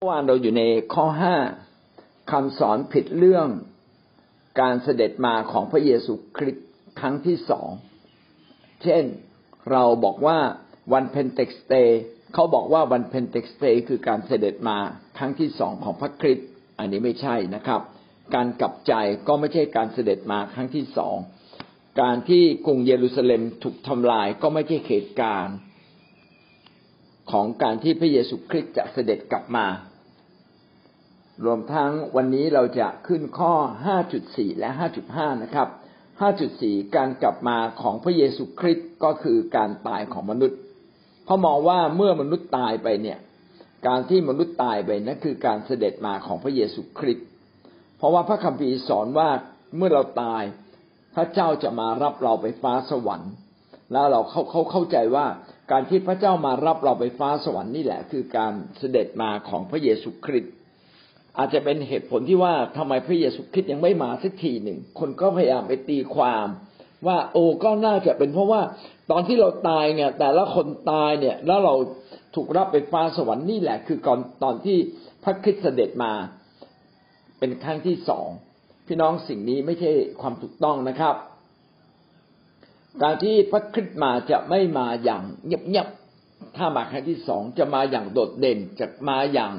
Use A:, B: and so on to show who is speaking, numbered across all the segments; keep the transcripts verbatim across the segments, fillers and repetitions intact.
A: วานเราอยู่ในข้อห้าคำสอนผิดเรื่องการเสด็จมาของพระเยซูคริสต์ครั้งที่สองเช่นเราบอกว่าวันเพนเทคสเตย์เขาบอกว่าวันเพนเทคสเตย์คือการเสด็จมาครั้งที่สองของพระคริสต์อันนี้ไม่ใช่นะครับการกลับใจก็ไม่ใช่การเสด็จมาครั้งที่สองการที่กรุงเยรูซาเล็มถูกทำลายก็ไม่ใช่เหตุการณ์ของการที่พระเยซูคริสต์จะเสด็จกลับมารวมทั้งวันนี้เราจะขึ้นข้อ ห้าจุดสี่ และ ห้าจุดห้า นะครับ ห้าจุดสี่ การกลับมาของพระเยซูคริสต์ก็คือการตายของมนุษย์เขามองว่าเมื่อมนุษย์ตายไปเนี่ยการที่มนุษย์ตายไปนั่นคือการเสด็จมาของพระเยซูคริสต์เพราะว่าพระคัมภีร์สอนว่าเมื่อเราตายพระเจ้าจะมารับเราไปฟ้าสวรรค์แล้วเราเขาเขาเข้าใจว่าการที่พระเจ้ามารับเราไปฟ้าสวรรค์นี่แหละคือการเสด็จมาของพระเยซูคริสต์อาจจะเป็นเหตุผลที่ว่าทำไมพระเยซูคริสต์ยังไม่มาสักทีหนึ่งคนก็พยายามไปตีความว่าโอ้ก็น่าจะเป็นเพราะว่าตอนที่เราตายเนี่ยแต่ละคนตายเนี่ยแล้วเราถูกรับไปฟ้าสวรรค์นี่แหละคือก่อนตอนที่พระคริสต์เสด็จมาเป็นครั้งที่สองพี่น้องสิ่งนี้ไม่ใช่ความถูกต้องนะครับการที่พระคริสต์มาจะไม่มาอย่างเงียบๆถ้ามาครั้งที่สองจะมาอย่างโดดเด่นจะมาอย่าง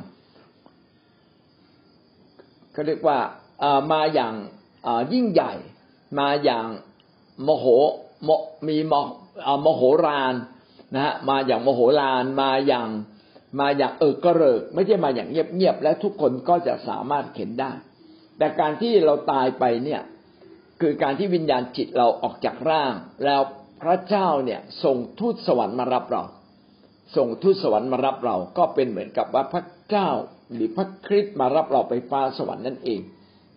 A: เขาเรียกว่ามาอย่างยิ่งใหญ่มาอย่างโมโหมีโมโหฬารนะฮะมาอย่างโมโหฬารมาอย่างมาอย่างเออกระเริกไม่ใช่มาอย่างเงียบๆและทุกคนก็จะสามารถเห็นได้แต่การที่เราตายไปเนี่ยคือการที่วิญญาณจิตเราออกจากร่างแล้วพระเจ้าเนี่ยส่งทูตสวรรค์มารับเราส่งทูตสวรรค์มารับเราก็เป็นเหมือนกับว่าพระเจ้าหรือพระคริสต์มารับเราไปฟ้าสวรรค์นั่นเอง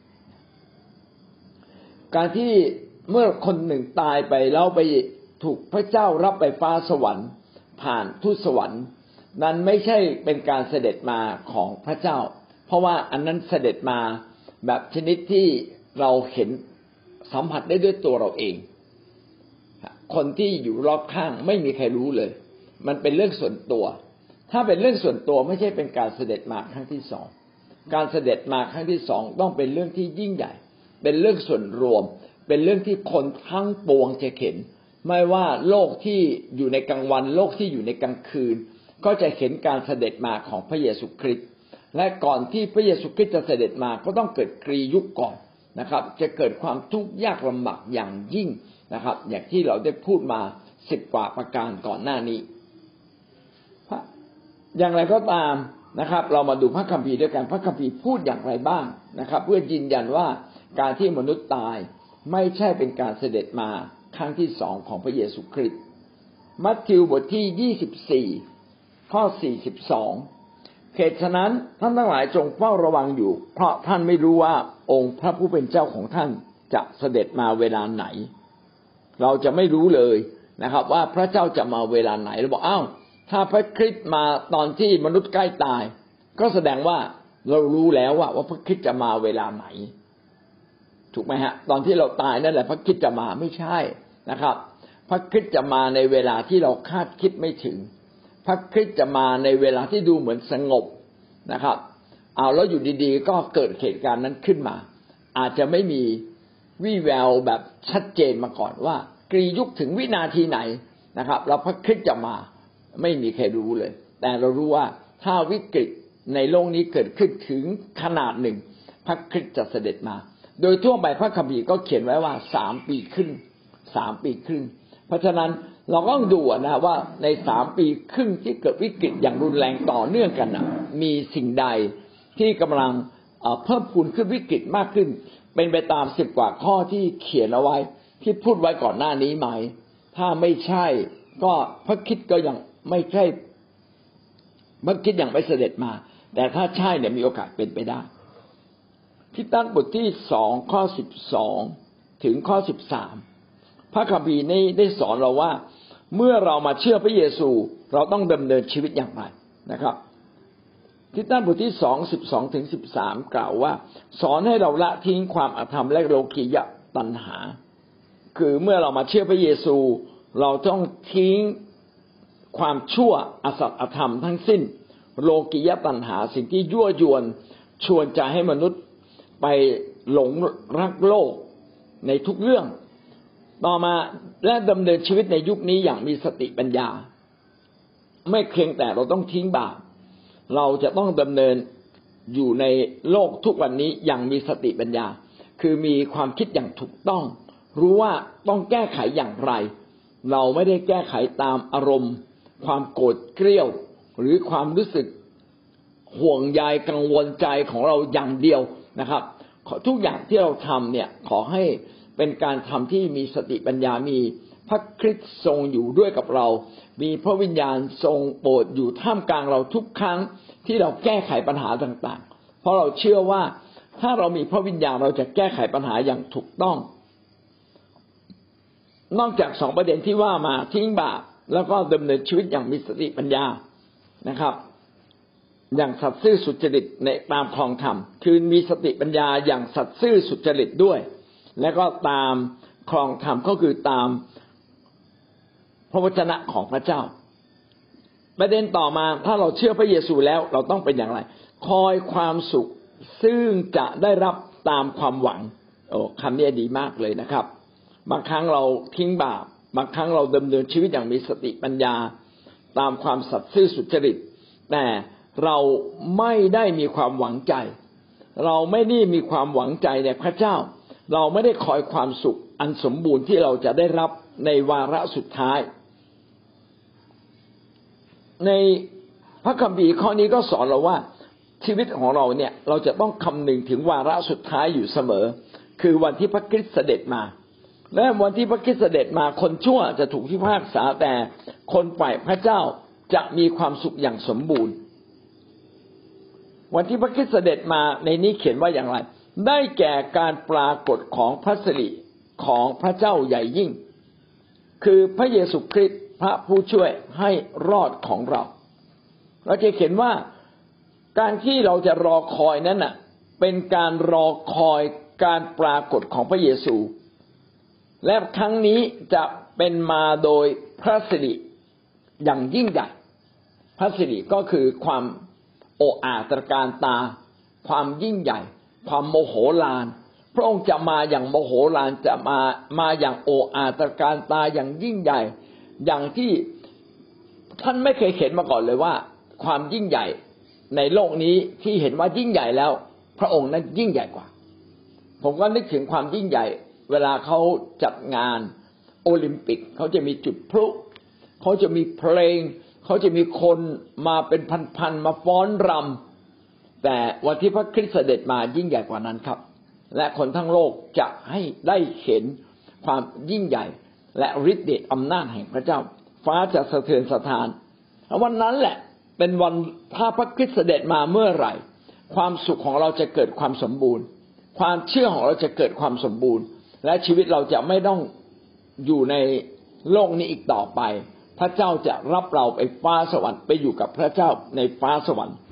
A: การที่เมื่อคนหนึ่งตายไปแล้วไปถูกพระเจ้ารับไปฟ้าสวรรค์ผ่านทูตสวรรค์นั้นไม่ใช่เป็นการเสด็จมาของพระเจ้าเพราะว่าอันนั้นเสด็จมาแบบชนิดที่เราเห็นสัมผัสได้ด้วยตัวเราเองคนที่อยู่รอบข้างไม่มีใครรู้เลยมันเป็นเรื่องส่วนตัวถ้าเป็นเรื่องส่วนตัวไม่ใช่เป็นการเสด็จมาครั้งที่สองการเสด็จมาครั้งที่สองต้องเป็นเรื่องที่ยิ่งใหญ่เป็นเรื่องส่วนรวมเป็นเรื่องที่คนทั้งปวงจะเห็นไม่ว่าโลกที่อยู่ในกลางวันโลกที่อยู่ในกลางคืนก็จะเห็นการเสด็จมาของพระเยซูคริสต์และก่อนที่พระเยซูคริสต์จะเสด็จมาก็ต้องเกิดกรียุคก่อนนะครับจะเกิดความทุกข์ยากลำบากอย่างยิ่งนะครับอย่างที่เราได้พูดมาสิบกว่าประการก่อนหน้านี้อย่างไรก็ตามนะครับเรามาดูพระคัมภีร์ด้วยกันพระคัมภีร์พูดอย่างไรบ้างนะครับเพื่อยืนยันว่าการที่มนุษย์ตายไม่ใช่เป็นการเสด็จมาครั้งที่สองของพระเยซูคริสต์มัทธิวบทที่ยี่สิบสี่ข้อสี่สิบสองเหตุฉะนั้นท่านทั้งหลายจงเฝ้าระวังอยู่เพราะท่านไม่รู้ว่าองค์พระผู้เป็นเจ้าของท่านจะเสด็จมาเวลาไหนเราจะไม่รู้เลยนะครับว่าพระเจ้าจะมาเวลาไหนเราบอกอ้าวถ้าพระคริสต์มาตอนที่มนุษย์ใกล้ตายก็แสดงว่าเรารู้แล้วว่าว่าพระคริสต์จะมาเวลาไหนถูกไหมฮะตอนที่เราตายนั่นแหละพระคริสต์จะมาไม่ใช่นะครับพระคริสต์จะมาในเวลาที่เราคาดคิดไม่ถึงพระคริสต์จะมาในเวลาที่ดูเหมือนสงบนะครับเอาแล้วอยู่ดีๆก็เกิดเหตุการณ์นั้นขึ้นมาอาจจะไม่มีวี่แววแบบชัดเจนมาก่อนว่ากรียุคถึงวินาทีไหนนะครับแล้วพระคริสต์จะมาไม่มีใครรู้เลยแต่เรารู้ว่าถ้าวิกฤตในโลกนี้เกิดขึ้นถึงขนาดหนึ่งพระคริสต์จะเสด็จมาโดยทั่วไปพระคัมภีร์ก็เขียนไว้ว่าสามปีครึ่งสามปีครึ่งเพราะฉะนั้นเราก็ต้องดูนะว่าในสามปีครึ่งที่เกิดวิกฤตอย่างรุนแรงต่อเนื่องกันนะมีสิ่งใดที่กำลังเพิ่มพูนขึ้นวิกฤตมากขึ้นเป็นไปตามสิบกว่าข้อที่เขียนเอาไว้ที่พูดไว้ก่อนหน้านี้ไหมถ้าไม่ใช่ก็พระคริสต์ก็ยังไม่ใช่พระคริสต์ยังไม่เสด็จมาแต่ถ้าใช่เนี่ยมีโอกาสเป็นไปได้ที่ตั้งบทที่สองข้อสิบสองถึงข้อสิบสามพระคัมภีร์นี้ได้สอนเราว่าเมื่อเรามาเชื่อพระเยซูเราต้องดำเนินชีวิตอย่างไรนะครับที่ตั้งบทที่สองสิบสองถึงสิบสามกล่าวว่าสอนให้เราละทิ้งความอธรรมและโลกียตัณหาคือเมื่อเรามาเชื่อพระเยซูเราต้องทิ้งความชั่วอสัตย์อธรรมทั้งสิ้นโลกิยตัณหาสิ่งที่ยั่วยวนชวนใจให้มนุษย์ไปหลงรักโลกในทุกเรื่องต่อมาและดำเนินชีวิตในยุคนี้อย่างมีสติปัญญาไม่เพียงแต่เราต้องทิ้งบาปเราจะต้องดำเนินอยู่ในโลกทุกวันนี้อย่างมีสติปัญญาคือมีความคิดอย่างถูกต้องรู้ว่าต้องแก้ไขอย่างไรเราไม่ได้แก้ไขตามอารมณ์ความโกรธเกรี้ยวหรือความรู้สึกห่วงใยกังวลใจของเราอย่างเดียวนะครับทุกอย่างที่เราทำเนี่ยขอให้เป็นการทำที่มีสติปัญญามีพระคริสต์ทรงอยู่ด้วยกับเรามีพระวิญญาณทรงโปรดอยู่ท่ามกลางเราทุกครั้งที่เราแก้ไขปัญหาต่างๆเพราะเราเชื่อว่าถ้าเรามีพระวิญญาณเราจะแก้ไขปัญหาอย่างถูกต้องนอกจากสองประเด็นที่ว่ามาทิ้งบาปแล้วก็ดำเนินชีวิตอย่างมีสติปัญญานะครับอย่างสัตย์ซื่อสุจริตในตามครองธรรมคือมีสติปัญญาอย่างสัตย์ซื่อสุจริตด้วยแล้วก็ตามครองธรรมก็คือตามพระวจนะของพระเจ้าประเด็นต่อมาถ้าเราเชื่อพระเยซูแล้วเราต้องเป็นอย่างไรคอยความสุขซึ่งจะได้รับตามความหวังโอ้คำนี้ดีมากเลยนะครับบางครั้งเราทิ้งบาปบางครั้งเราดำเนินชีวิตอย่างมีสติปัญญาตามความสัตย์ซื่อสุจริตแต่เราไม่ได้มีความหวังใจเราไม่ได้มีความหวังใจในพระเจ้าเราไม่ได้คอยความสุขอันสมบูรณ์ที่เราจะได้รับในวาระสุดท้ายในพระคัมภีร์ข้อนี้ก็สอนเราว่าชีวิตของเราเนี่ยเราจะต้องคำนึงถึงวาระสุดท้ายอยู่เสมอคือวันที่พระคริสต์เสด็จมาและวันที่พระคริสต์เสด็จมาคนชั่วจะถูกพิพากษาแต่คนฝ่ายพระเจ้าจะมีความสุขอย่างสมบูรณ์วันที่พระคริสต์เสด็จมาในนี้เขียนว่าอย่างไรได้แก่การปรากฏของพระสิริของพระเจ้าใหญ่ยิ่งคือพระเยซูคริสต์พระผู้ช่วยให้รอดของเราเราจะเขียนว่าการที่เราจะรอคอยนั้นน่ะเป็นการรอคอยการปรากฏของพระเยซูและครั้งนี้จะเป็นมาโดยพระสิริอย่างยิ่งใหญ่พระสิริก็คือความโอ้อาตรการตาความยิ่งใหญ่ความโมโหลานพระองค์จะมาอย่างโมโหลานจะมามาอย่างโอ้อาตรการตาอย่างยิ่งใหญ่อย่างที่ท่านไม่เคยเห็นมาก่อนเลยว่าความยิ่งใหญ่ในโลกนี้ที่เห็นว่ายิ่งใหญ่แล้วพระองค์นั้นยิ่งใหญ่กว่าผมก็นึกถึงความยิ่งใหญ่เวลาเขาจัดงานโอลิมปิกเขาจะมีจุดพลุเขาจะมีเพลงเขาจะมีคนมาเป็นพันๆมาฟ้อนรำแต่วันที่พระคริสต์เสด็จมายิ่งใหญ่กว่านั้นครับและคนทั้งโลกจะให้ได้เห็นความยิ่งใหญ่และฤทธิ์เดชอำนาจแห่งพระเจ้าฟ้าจะสะเทือนสะท้านวันนั้นแหละเป็นวันถ้าพระคริสต์เสด็จมาเมื่อไหร่ความสุขของเราจะเกิดความสมบูรณ์ความเชื่อของเราจะเกิดความสมบูรณ์และชีวิตเราจะไม่ต้องอยู่ในโลกนี้อีกต่อไปพระเจ้าจะรับเราไปฟ้าสวรรค์ไปอยู่กับพระเจ้าในฟ้าสวรรค์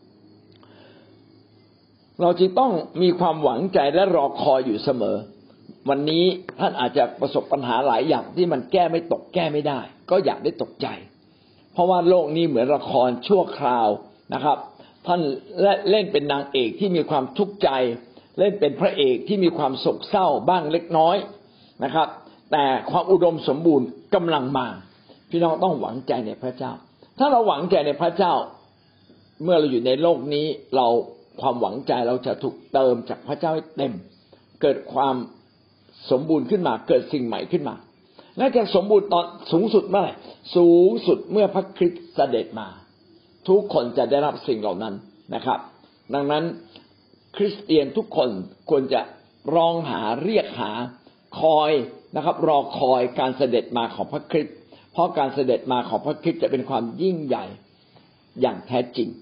A: เราจึงต้องมีความหวังใจและรอคอยอยู่เสมอวันนี้ท่านอาจจะประสบปัญหาหลายอย่างที่มันแก้ไม่ตกแก้ไม่ได้ก็อย่าได้ตกใจเพราะว่าโลกนี้เหมือนละครชั่วคราวนะครับท่านเล่นเป็นนางเอกที่มีความทุกข์ใจเล่นเป็นพระเอกที่มีความโศกเศร้าบ้างเล็กน้อยนะครับแต่ความอุดมสมบูรณ์กำลังมาพี่น้องต้องหวังใจในพระเจ้าถ้าเราหวังใจในพระเจ้าเมื่อเราอยู่ในโลกนี้เราความหวังใจเราจะถูกเติมจากพระเจ้าให้เต็มเกิดความสมบูรณ์ขึ้นมาเกิดสิ่งใหม่ขึ้นมาและจะสมบูรณ์ตอนสูงสุดเมื่อไหร่สูงสุดเมื่อพระคริสต์เสด็จมาทุกคนจะได้รับสิ่งเหล่านั้นนะครับดังนั้นคริสเตียนทุกคนควรจะร้องหาเรียกหาคอยนะครับรอคอยการเสด็จมาของพระคริสต์เพราะการเสด็จมาของพระคริสต์จะเป็นความยิ่งใหญ่อย่างแท้จริง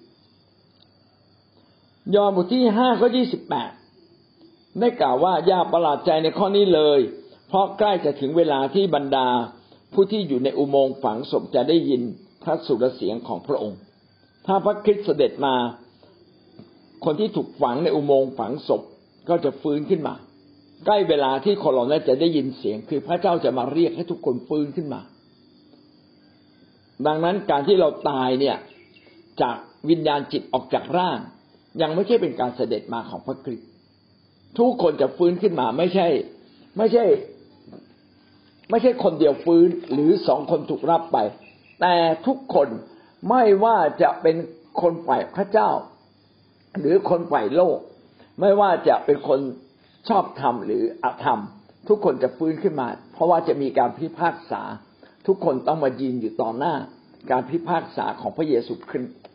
A: ยอห์นบทที่ห้าข้อยี่สิบแปดได้กล่าวว่าอย่าประหลาดใจในข้อนี้เลยเพราะใกล้จะถึงเวลาที่บรรดาผู้ที่อยู่ในอุโมงค์ฝังศพจะได้ยินพระสุรเสียงของพระองค์ถ้าพระคริสต์เสด็จมาคนที่ถูกฝังในอุโมงค์ฝังศพก็จะฟื้นขึ้นมาใกล้เวลาที่คนเหล่านั้นจะได้ยินเสียงคือพระเจ้าจะมาเรียกให้ทุกคนฟื้นขึ้นมาดังนั้นการที่เราตายเนี่ยจากวิญญาณจิตออกจากร่างยังไม่ใช่เป็นการเสด็จมาของพระคริสต์ทุกคนจะฟื้นขึ้นมาไม่ใช่ไม่ใช่ไม่ใช่คนเดียวฟื้นหรือสองคนถูกรับไปแต่ทุกคนไม่ว่าจะเป็นคนฝ่ายพระเจ้าหรือคนฝ่ายโลกไม่ว่าจะเป็นคนชอบธรรมหรืออธรรมทุกคนจะฟื้นขึ้นมาเพราะว่าจะมีการพิพากษาทุกคนต้องมายืนอยู่ต่อหน้าการพิพากษาของพระเยซูคริสต์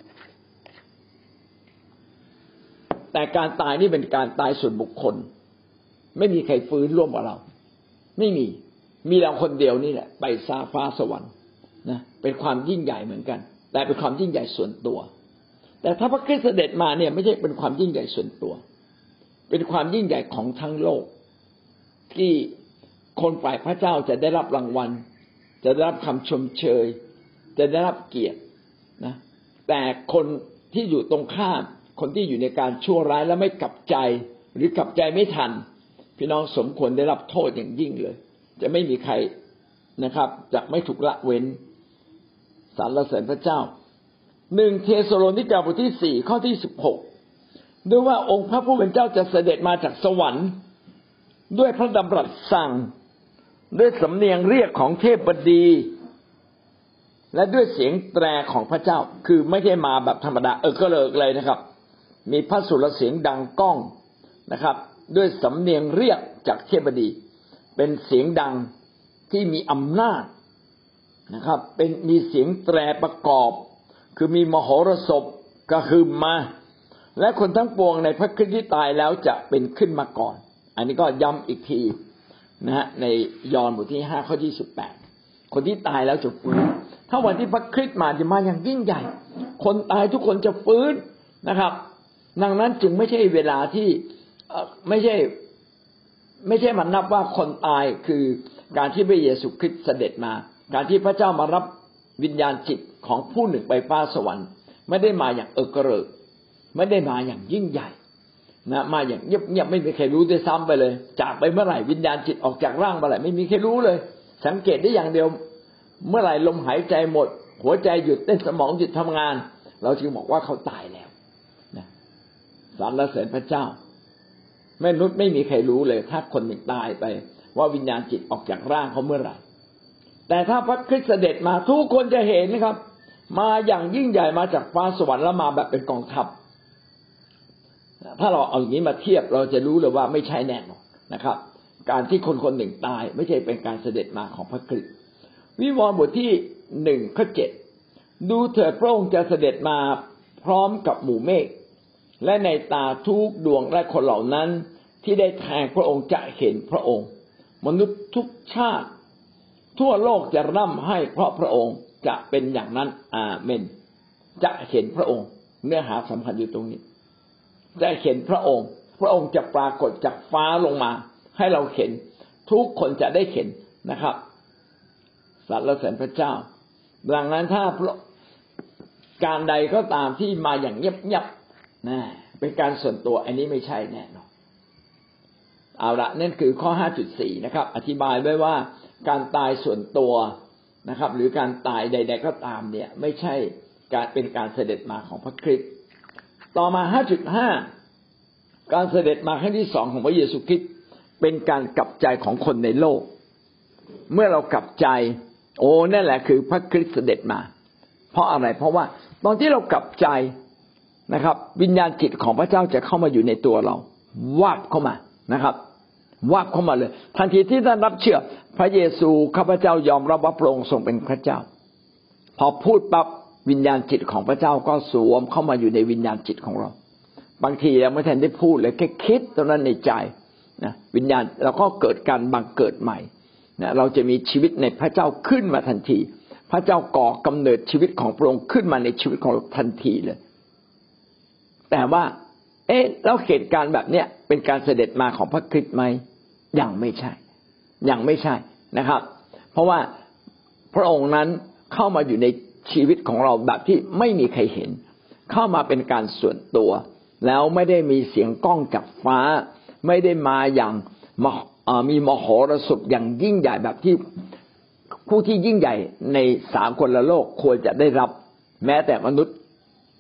A: แต่การตายนี่เป็นการตายส่วนบุคคลไม่มีใครฟื้นร่วมกับเราไม่มีมีเราคนเดียวนี่แหละไปซาฟ้าสวรรค์นะเป็นความยิ่งใหญ่เหมือนกันแต่เป็นความยิ่งใหญ่ส่วนตัวแต่ถ้าพระคริสต์เสด็จมาเนี่ยไม่ใช่เป็นความยิ่งใหญ่ส่วนตัวเป็นความยิ่งใหญ่ของทั้งโลกที่คนฝ่ายพระเจ้าจะได้รับรางวัลจะได้รับคำชมเชยจะได้รับเกียรตินะแต่คนที่อยู่ตรงข้ามคนที่อยู่ในการชั่วร้ายและไม่กลับใจหรือกลับใจไม่ทันพี่น้องสมควรได้รับโทษอย่างยิ่งเลยจะไม่มีใครนะครับจะไม่ถูกละเว้นสรรเสริญพระเจ้าหนึ่งเทสโลนิกาบทที่สี่ข้อที่สิบหกด้วยว่าองค์พระผู้เป็นเจ้าจะเสด็จมาจากสวรรค์ด้วยพระดำรัสสั่งด้วยสำเนียงเรียกของเทพบดีและด้วยเสียงแตรของพระเจ้าคือไม่ใช่มาแบบธรรมดาเออก็เลิกเลยนะครับมีพระสุรเสียงดังก้องนะครับด้วยสำเนียงเรียกจากเทพบดีเป็นเสียงดังที่มีอำนาจนะครับเป็นมีเสียงแตรประกอบคือมีมโหรสพกระหึ่มมาและคนทั้งปวงในพระคริสต์ที่ตายแล้วจะเป็นขึ้นมาก่อนอันนี้ก็ย้ำอีกทีนะฮะในยอห์นบทที่ห้าข้อที่สิบแปดคนที่ตายแล้วจะฟื้นถ้าวันที่พระคริสต์มาจะมาอย่างยิ่งใหญ่คนตายทุกคนจะฟื้นนะครับดังนั้นจึงไม่ใช่เวลาที่ไม่ใช่ไม่ใช่มันนับว่าคนตายคือการที่พระเยซูคริสต์เสด็จมาการที่พระเจ้ามารับวิญญาณจิตของผู้หนึ่งไปฟ้าสวรรค์ไม่ได้มาอย่างเออกระเริกไม่ได้มาอย่างยิ่งใหญ่นะมาอย่างเงียบๆไม่มีใครรู้ด้วยซ้ำไปเลยจากไปเมื่อไหร่วิญญาณจิตออกจากร่างเมื่อไหร่ไม่มีใครรู้เลยสังเกตได้อย่างเดียวเมื่อไหร่ลมหายใจหมดหัวใจหยุดเต้นสมองหยุดทำงานเราจึงบอกว่าเขาตายแล้วนะสรรเสริญพระเจ้ามนุษย์ไม่มีใครรู้เลยถ้าคนหนึ่งตายไปว่าวิญญาณจิตออกจากร่างเขาเมื่อไหร่แต่ถ้าพระคริสต์เสด็จมาทุกคนจะเห็นนะครับมาอย่างยิ่งใหญ่มาจากฟ้าสวรรค์แล้วมาแบบเป็นกองทัพถ้าเราเอาอย่างนี้มาเทียบเราจะรู้เลยว่าไม่ใช่แน่นอนนะครับการที่คนคนหนึ่งตายไม่ใช่เป็นการเสด็จมาของพระคริสต์วิวรณ์บทที่หนึ่งข้อเจ็ดดูเถิดพระองค์จะเสด็จมาพร้อมกับหมู่เมฆและในตาทุกดวงและคนเหล่านั้นที่ได้แทงพระองค์จะเห็นพระองค์มนุษย์ทุกชาติทั่วโลกจะร่ำให้เพราะพระองค์จะเป็นอย่างนั้นอาเมนจะเห็นพระองค์เนื้อหาสำคัญอยู่ตรงนี้จะเห็นพระองค์พระองค์จะปรากฏจากฟ้าลงมาให้เราเห็นทุกคนจะได้เห็นนะครับสรรเสริญพระเจ้าดังนั้นถ้าการใดก็ตามที่มาอย่างเงียบๆนะเป็นการส่วนตัวอันนี้ไม่ใช่แน่นอนเอาละนั่นคือข้อ ห้าจุดสี่ นะครับอธิบายไว้ว่าการตายส่วนตัวนะครับหรือการตายใดๆก็ตามเนี่ยไม่ใช่การเป็นการเสด็จมาของพระคริสต์ต่อมา ห้าจุดห้า การเสด็จมาครั้งที่สองของพระเยซูคริสต์เป็นการกลับใจของคนในโลกเมื่อเรากลับใจโอ้นั่นแหละคือพระคริสต์เสด็จมาเพราะอะไรเพราะว่าตอนที่เรากลับใจนะครับวิญญาณจิตของพระเจ้าจะเข้ามาอยู่ในตัวเราวาบเข้ามานะครับวาบเข้ามาเลยทันทีที่ท่านรับเชื่อพระเยซูข้าพเจ้ายอมรับว่าพระองค์ทรงเป็นพระเจ้าพอพูดปั๊บวิญญาณจิตของพระเจ้าก็สวมเข้ามาอยู่ในวิญญาณจิตของเราบางทีเราไม่ทันได้พูดเลยแค่คิดตรงนั้นในใจนะวิญญาณเราก็เกิดการบังเกิดใหม่นะเราจะมีชีวิตในพระเจ้าขึ้นมาทันทีพระเจ้าก่อกำเนิดชีวิตของพระองค์ขึ้นมาในชีวิตของเราทันทีเลยแต่ว่าเอ๊ะแล้วเหตุการณ์แบบเนี้ยเป็นการเสด็จมาของพระคริสต์ไหมยังไม่ใช่ยังไม่ใช่นะครับเพราะว่าพระองค์นั้นเข้ามาอยู่ในชีวิตของเราแบบที่ไม่มีใครเห็นเข้ามาเป็นการส่วนตัวแล้วไม่ได้มีเสียงก้องจากฟ้าไม่ได้มาอย่างมีมโหรสพอย่างยิ่งใหญ่แบบที่ผู้ที่ยิ่งใหญ่ในสามคนละโลกควรจะได้รับแม้แต่มนุษย์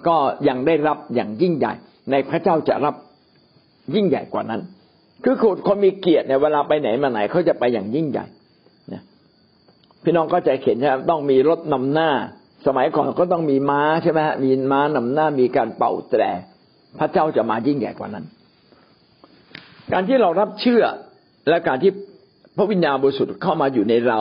A: ก็ยังได้รับอย่างยิ่งใหญ่ในพระเจ้าจะรับยิ่งใหญ่กว่านั้นคือคนมีเกียรติเนี่ยเวลาไปไหนมาไหนเขาจะไปอย่างยิ่งใหญ่นะพี่น้องก็จะเห็นใช่ไหมต้องมีรถนำหน้าสมัยก่อนก็ต้องมีม้าใช่ไหมมีม้านำหน้ามีการเป่าแตรพระเจ้าจะมายิ่งใหญ่กว่านั้นการที่เรารับเชื่อและการที่พระวิญญาณบริสุทธิ์เข้ามาอยู่ในเรา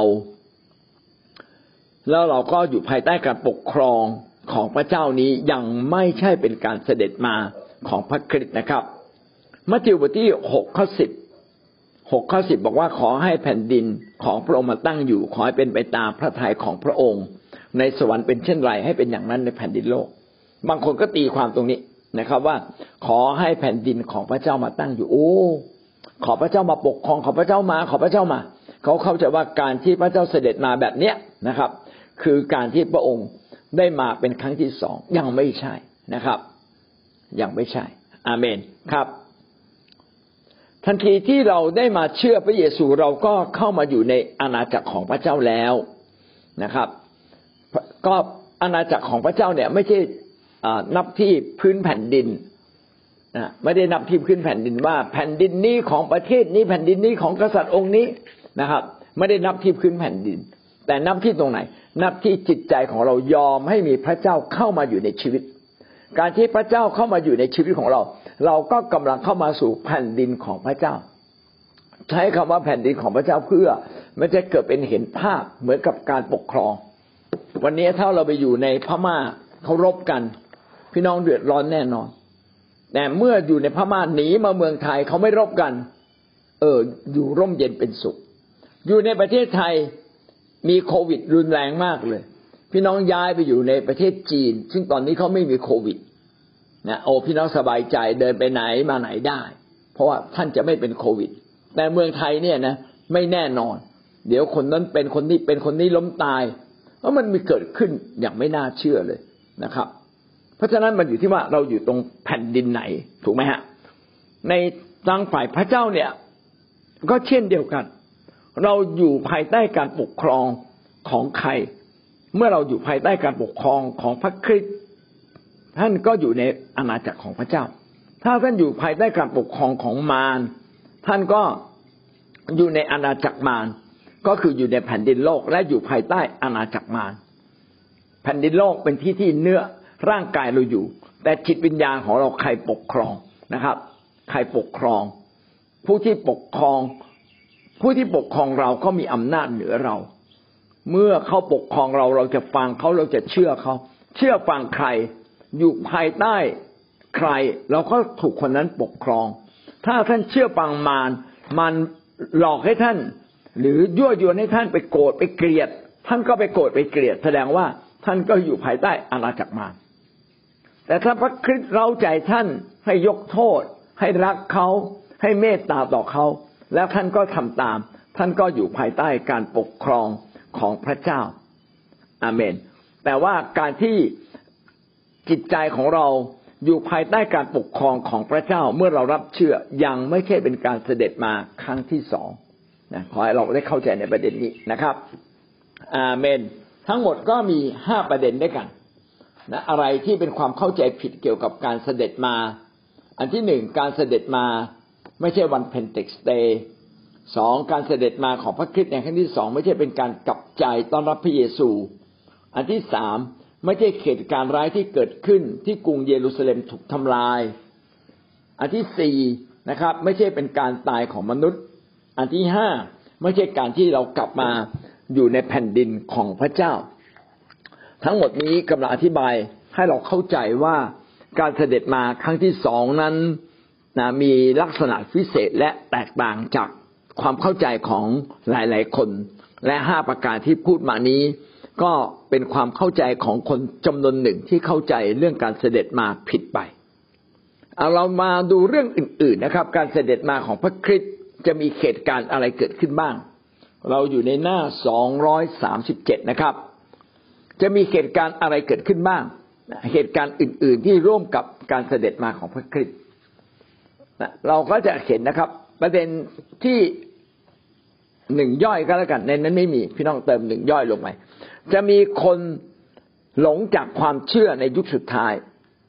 A: แล้วเราก็อยู่ภายใต้การปกครองของพระเจ้านี้ยังไม่ใช่เป็นการเสด็จมาของพระคริสต์นะครับมัทธิวบทที่หกข้อสิบ หกข้อสิบบอกว่าขอให้แผ่นดินของพระองค์มาตั้งอยู่ขอให้เป็นไปตามพระทัยของพระองค์ในสวรรค์เป็นเช่นไรให้เป็นอย่างนั้นในแผ่นดินโลกบางคนก็ตีความตรงนี้นะครับว่าขอให้แผ่นดินของพระเจ้ามาตั้งอยู่โอ้ขอพระเจ้ามาปกครองขอพระเจ้ามาขอพระเจ้ามาเขาเข้าใจว่าการที่พระเจ้าเสด็จมาแบบเนี้ยนะครับคือการที่พระองค์ได้มาเป็นครั้งที่สองยังไม่ใช่นะครับยังไม่ใช่อาเมนครับทันทีที่เราได้มาเชื่อพระเยซูเราก็เข้ามาอยู่ในอาณาจักรของพระเจ้าแล้วนะครับก็อาณาจักรของพระเจ้าเนี่ยไม่ใช่นับที่พื้นแผ่นดินนะไม่ได้นับที่พื้นแผ่นดินว่าแผ่นดินนี้ของประเทศนี้แผ่นดินนี้ของกษัตริย์องค์นี้นะครับไม่ได้นับที่พื้นแผ่นดินแต่นับที่ตรงไหนนับที่จิตใจของเรายอมให้มีพระเจ้าเข้ามาอยู่ในชีวิตการที่พระเจ้าเข้ามาอยู่ในชีวิตของเราเราก็กำลังเข้ามาสู่แผ่นดินของพระเจ้าใช้คำว่าแผ่นดินของพระเจ้าเพื่อไม่จะเกิดเป็นเห็นภาพเหมือนกับการปกครองวันนี้ถ้าเราไปอยู่ในพม่าเขารบกันพี่น้องเดือดร้อนแน่นอนแต่เมื่ออยู่ในพม่าหนีมาเมืองไทยเขาไม่รบกันเอออยู่ร่มเย็นเป็นสุขอยู่ในประเทศไทยมีโควิดรุนแรงมากเลยพี่น้องย้ายไปอยู่ในประเทศจีนซึ่งตอนนี้เขาไม่มีโควิดนะโอ้พี่น้องสบายใจเดินไปไหนมาไหนได้เพราะว่าท่านจะไม่เป็นโควิดแต่เมืองไทยเนี่ยนะไม่แน่นอนเดี๋ยวคนนั้นเป็นคนนี้เป็นคนนี้ล้มตายเพราะมันมีเกิดขึ้นอย่างไม่น่าเชื่อเลยนะครับเพราะฉะนั้นมันอยู่ที่ว่าเราอยู่ตรงแผ่นดินไหนถูกไหมฮะในทางฝ่ายพระเจ้าเนี่ยก็เช่นเดียวกันเราอยู่ภายใต้การปกครองของใครเมื่อเราอยู่ภายใต้การปกครองของพระคริสต์ท่านก็อยู่ในอาณาจักรของพระเจ้าถ้าท่านอยู่ภายใต้การปกครองของมารท่านก็อยู่ในอาณาจักรมารก็คืออยู่ในแผ่นดินโลกและอยู่ภายใต้อาณาจักรมารแผ่นดินโลกเป็นที่ที่เนื้อร่างกายเราอยู่แต่จิตวิญญาณของเราใครปกครองนะครับใครปกครองผู้ที่ปกครองผู้ที่ปกครองเราก็มีอำนาจเหนือเราเมื่อเขาปกครองเราเราจะฟังเขาเราจะเชื่อเขาเชื่อฟังใครอยู่ภายใต้ใครเราก็ถูกคนนั้นปกครองถ้าท่านเชื่อฟังมารมันหลอกให้ท่านหรือยั่วยวนให้ท่านไปโกรธไปเกลียดท่านก็ไปโกรธไปเกลียดแสดงว่าท่านก็อยู่ภายใต้อาณาจักรมารแต่ถ้าพระคริสต์เร้าใจท่านให้ยกโทษให้รักเขาให้เมตตาต่อเขาแล้วท่านก็ทำตามท่านก็อยู่ภายใต้การปกครองของพระเจ้าอาเมนแต่ว่าการที่จิตใจของเราอยู่ภายใต้การปกครองของพระเจ้าเมื่อเรารับเชื่อยังไม่ใช่เป็นการเสด็จมาครั้งที่สองนะขอให้เราได้เข้าใจในประเด็นนี้นะครับอาเมนทั้งหมดก็มีห้าประเด็นด้วยกันนะอะไรที่เป็นความเข้าใจผิดเกี่ยวกับการเสด็จมาอันที่หนึ่งการเสด็จมาไม่ใช่วันเพนเทคสเตย์สองการเสด็จมาของพระคริสต์ในครั้งที่สองไม่ใช่เป็นการกลับใจต้อนรับพระเยซูอันที่สามไม่ใช่เหตุการณ์ร้ายที่เกิดขึ้นที่กรุงเยรูซาเล็มถูกทำลายอันที่สี่นะครับไม่ใช่เป็นการตายของมนุษย์อันที่ห้าไม่ใช่การที่เรากลับมาอยู่ในแผ่นดินของพระเจ้าทั้งหมดนี้กำลังอธิบายให้เราเข้าใจว่าการเสด็จมาครั้งที่สองนั้นนะมีลักษณะพิเศษและแตกต่างจากความเข้าใจของหลายๆคนและห้าประการที่พูดมานี้ก็เป็นความเข้าใจของคนจำนวนหนึ่งที่เข้าใจเรื่องการเสด็จมาผิดไปเอาเรามาดูเรื่องอื่นๆนะครับการเสด็จมาของพระคริสต์จะมีเหตุการณ์อะไรเกิดขึ้นบ้างเราอยู่ในหน้าสองร้อยสามสิบเจ็ดนะครับจะมีเหตุการณ์อะไรเกิดขึ้นบ้างเหตุการณ์อื่นๆที่ร่วมกับการเสด็จมาของพระคริสต์เราก็จะเห็นนะครับประเด็นที่หนึ่งย่อยก็แล้วกันในนั้นไม่มีพี่น้องเติมหนึ่งย่อยลงไปจะมีคนหลงจากความเชื่อในยุคสุดท้าย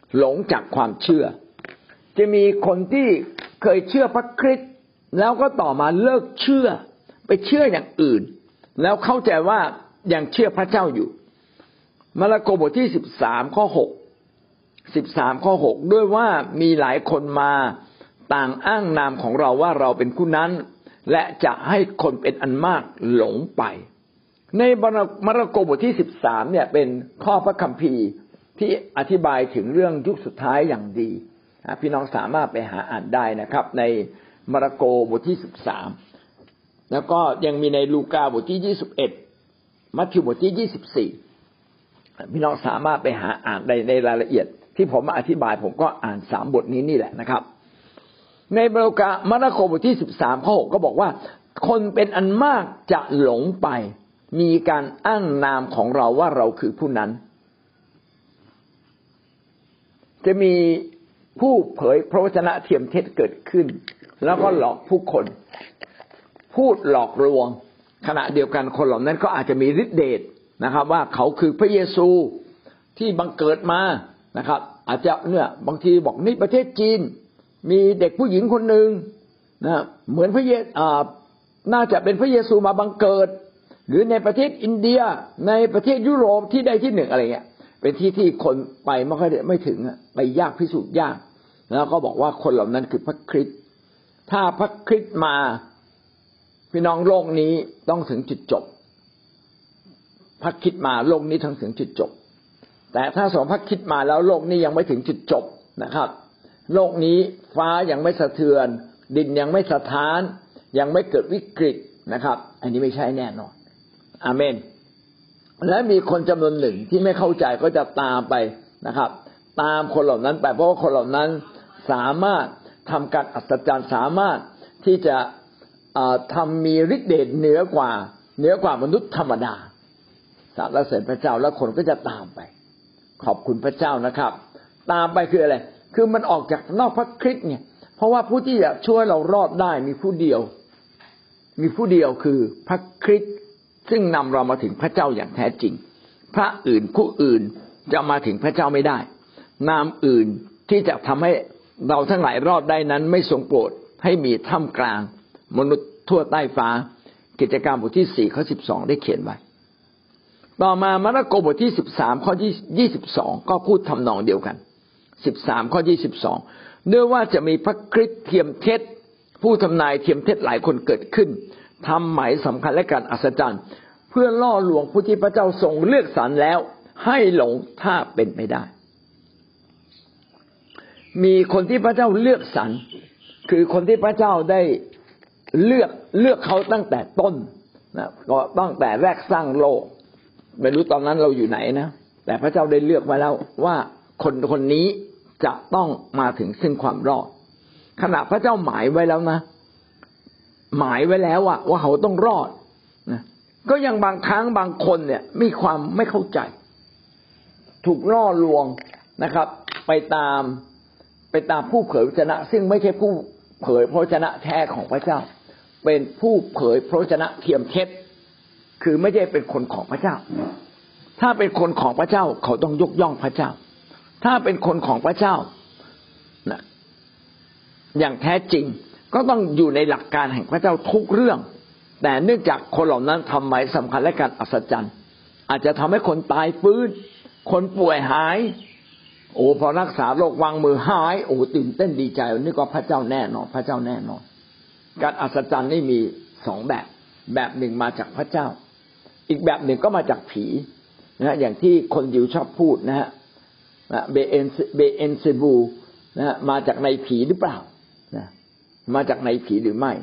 A: หลงจากความเชื่อจะมีคนที่เคยเชื่อพระคริสต์แล้วก็ต่อมาเลิกเชื่อไปเชื่ออย่างอื่นแล้วเข้าใจว่ายังเชื่อพระเจ้าอยู่มาระโกบทที่สิบสามข้อหก สิบสามข้อหกด้วยว่ามีหลายคนมาต่างอ้างนามของเราว่าเราเป็นผู้นั้นและจะให้คนเป็นอันมากหลงไปในมาระโกบทที่สิบสามเนี่ยเป็นข้อพระคัมภีร์ที่อธิบายถึงเรื่องยุคสุดท้ายอย่างดีพี่น้องสามารถไปหาอ่านได้นะครับในมาระโกบทที่สิบสามแล้วก็ยังมีในลูกาบทที่ยี่สิบเอ็ดมัทธิวบทที่ยี่สิบสี่พี่น้องสามารถไปหาอ่านในในรายละเอียดที่ผมมาอธิบายผมก็อ่านสามบทนี้นี่แหละนะครับในมาระโกมาระโกบทที่สิบสามข้อหกก็บอกว่าคนเป็นอันมากจะหลงไปมีการอ้างนามของเราว่าเราคือผู้นั้นจะมีผู้เผยพระวจนะเทียมเท็จเกิดขึ้นแล้วก็หลอกผู้คนพูดหลอกลวงขณะเดียวกันคนเหล่านั้นก็อาจจะมีฤทธิเดชนะครับว่าเขาคือพระเยซูที่บังเกิดมานะครับอาจจะเนี่ยบางทีบอกนี่ประเทศจีนมีเด็กผู้หญิงคนหนึ่งนะเหมือนพระเยซูอ่าน่าจะเป็นพระเยซูมาบังเกิดหรือในประเทศอินเดียในประเทศยุโรปที่ใดที่หนึ่งอะไรเงี้ยเป็นที่ที่คนไปไม่ค่อยไม่ถึงไปยากพิสูจน์ยากแล้วก็บอกว่าคนเหล่านั้นคือพระคริสต์ถ้าพระคริสต์มาพี่น้องโลกนี้ต้องถึงจุดจบพระคริสต์มาโลกนี้ต้องถึงจุดจบแต่ถ้าสองพระคริสต์มาแล้วโลกนี้ยังไม่ถึงจุดจบนะครับโลกนี้ฟ้ายังไม่สะเทือนดินยังไม่สะท้านยังไม่เกิดวิกฤตนะครับอันนี้ไม่ใช่แน่นอนอาเมนและมีคนจำนวนหนึ่งที่ไม่เข้าใจก็จะตามไปนะครับตามคนเหล่านั้นไปเพราะว่าคนเหล่านั้นสามารถทำการอัศจรรย์สามารถที่จะทำมีฤทธิ์เดชเหนือกว่าเหนือกว่ามนุษย์ธรรมดาสรรเสริญพระเจ้าแล้วคนก็จะตามไปขอบคุณพระเจ้านะครับตามไปคืออะไรคือมันออกจากนอกพระคริสต์เนี่ยเพราะว่าผู้ที่จะช่วยเรารอดได้มีผู้เดียวมีผู้เดียวคือพระคริสต์ซึ่งนำเรามาถึงพระเจ้าอย่างแท้จริงพระอื่นผู้อื่นจะมาถึงพระเจ้าไม่ได้นามอื่นที่จะทำให้เราทั้งหลายรอดได้นั้นไม่ทรงโปรดให้มีท่ามกลางมนุษย์ทั่วใต้ฟ้ากิจการบทที่สี่ข้อสิบสองได้เขียนไว้ต่อมามาระโกบทที่สิบสามข้อยี่สิบสองก็พูดทำนองเดียวกันสิบสามข้อยี่สิบสองด้วยว่าจะมีพระคริสต์เทียมเท็จผู้ทำนายเทียมเท็จหลายคนเกิดขึ้นทำหมายสำคัญและการอัศจรรย์เพื่อล่อลวงผู้ที่พระเจ้าทรงเลือกสรรแล้วให้หลงถ้าเป็นไม่ได้มีคนที่พระเจ้าเลือกสรรคือคนที่พระเจ้าได้เลือกเลือกเขาตั้งแต่ต้นนะก็ตั้งแต่แรกสร้างโลกไม่รู้ตอนนั้นเราอยู่ไหนนะแต่พระเจ้าได้เลือกไว้แล้วว่าคนคนนี้จะต้องมาถึงซึ่งความรอดขณะพระเจ้าหมายไว้แล้วนะหมายไว้แล้วว่าว่าเขาต้องรอดนะก็ยังบางครั้งบางคนเนี่ยมีความไม่เข้าใจถูกล่อลวงนะครับไปตามไปตามผู้เผยพระวจนะซึ่งไม่ใช่ผู้เผยพระวจนะแท้ของพระเจ้าเป็นผู้เผยพระวจนะเทียมเท็จคือไม่ใช่เป็นคนของพระเจ้าถ้าเป็นคนของพระเจ้าเขาต้องยกย่องพระเจ้าถ้าเป็นคนของพระเจ้านะอย่างแท้จริงก็ต้องอยู่ในหลักการแห่งพระเจ้าทุกเรื่องแต่เนื่องจากคนเหล่านั้นทำหมายสำคัญและการอัศจรรย์อาจจะทำให้คนตายฟื้นคนป่วยหายโอ้พอรักษาโรควางมือหายโอ้ตื่นเต้นดีใจนี่ก็พระเจ้าแน่นอนพระเจ้าแน่นอนการอัศจรรย์นี่มีสองแบบแบบหนึ่งมาจากพระเจ้าอีกแบบหนึ่งก็มาจากผีนะอย่างที่คนยิวชอบพูดนะฮะเบเอนเบเอนเซบูนะมาจากในผีหรือเปล่านะมาจากในผีหรือไม่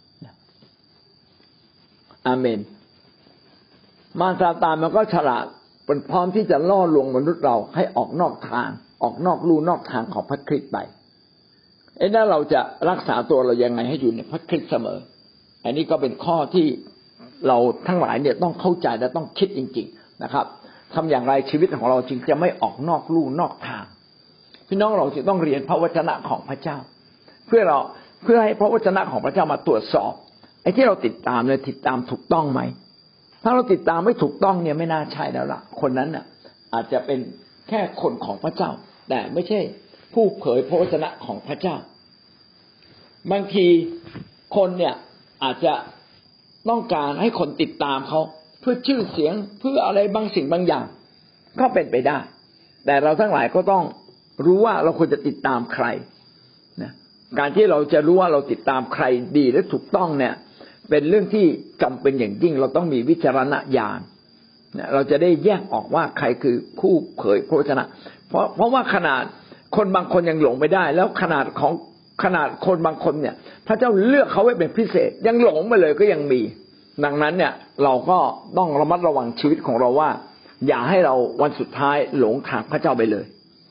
A: อาเมนมารซาตานมันก็ฉลาดเป็นพร้อมที่จะล่อลวงมนุษย์เราให้ออกนอกทางออกนอกลู่นอกทางของพระคริสต์ไปเอ๊ะแล้วเราจะรักษาตัวเรายังไงให้อยู่ในพระคริสต์เสมออันนี้ก็เป็นข้อที่เราทั้งหลายเนี่ยต้องเข้าใจและต้องคิดจริงๆนะครับทำอย่างไรชีวิตของเราจึงจะไม่ออกนอกลู่นอกทางพี่น้องเราจะต้องเรียนพระวจนะของพระเจ้าเพื่อเราเพื่อให้พระวจนะของพระเจ้ามาตรวจสอบไอ้ที่เราติดตามเนี่ยติดตามถูกต้องไหมถ้าเราติดตามไม่ถูกต้องเนี่ยไม่น่าใช่แล้วล่ะคนนั้นน่ะอาจจะเป็นแค่คนของพระเจ้าแต่ไม่ใช่ผู้เผยพระวจนะของพระเจ้าบางทีคนเนี่ยอาจจะต้องการให้คนติดตามเขาเพื่อชื่อเสียงเพื่ออะไรบางสิ่งบางอย่างก็เป็นไปได้แต่เราทั้งหลายก็ต้องรู้ว่าเราควรจะติดตามใครนะการที่เราจะรู้ว่าเราติดตามใครดีและถูกต้องเนี่ยเป็นเรื่องที่จำเป็นอย่างยิ่งเราต้องมีวิจารณญาณนะเราจะได้แยกออกว่าใครคือผู้เผยพระวจนะเพราะเพราะว่าขนาดคนบางคนยังหลงไม่ได้แล้วขนาดของขนาดคนบางคนเนี่ยพระเจ้าเลือกเขาไว้เป็นพิเศษยังหลงไปเลยก็ยังมีดังนั้นเนี่ยเราก็ต้องระมัดระวังชีวิตของเราว่าอย่าให้เราวันสุดท้ายหลงทางพระเจ้าไปเลย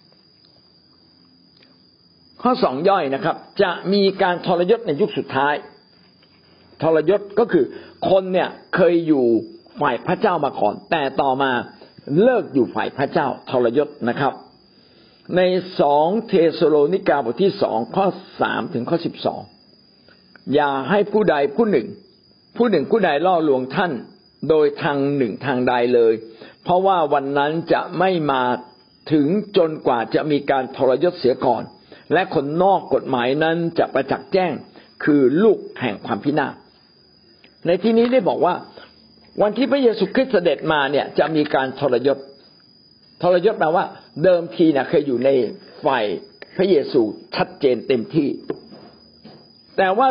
A: ข้อสองย่อยนะครับจะมีการทรยศในยุคสุดท้ายทรยศก็คือคนเนี่ยเคยอยู่ฝ่ายพระเจ้ามาก่อนแต่ต่อมาเลิกอยู่ฝ่ายพระเจ้าทรยศนะครับในสองเทสโลนิกาบทที่สองข้อสามถึงข้อสิบสองอย่าให้ผู้ใดผู้หนึ่งผู้หนึ่งผู้ใดล่อลวงท่านโดยทางหนึ่งทางใดเลยเพราะว่าวันนั้นจะไม่มาถึงจนกว่าจะมีการทรยศเสียก่อนและคนนอกกฎหมายนั้นจะประจักษ์แจ้งคือลูกแห่งความพินาศในที่นี้ได้บอกว่าวันที่พระเยซูคริสต์เสด็จมาเนี่ยจะมีการทรยศทรยศแปลว่าเดิมทีเนี่ยเคยอยู่ในฝ่ายพระเยซูชัดเจนเต็มที่แต่ว่า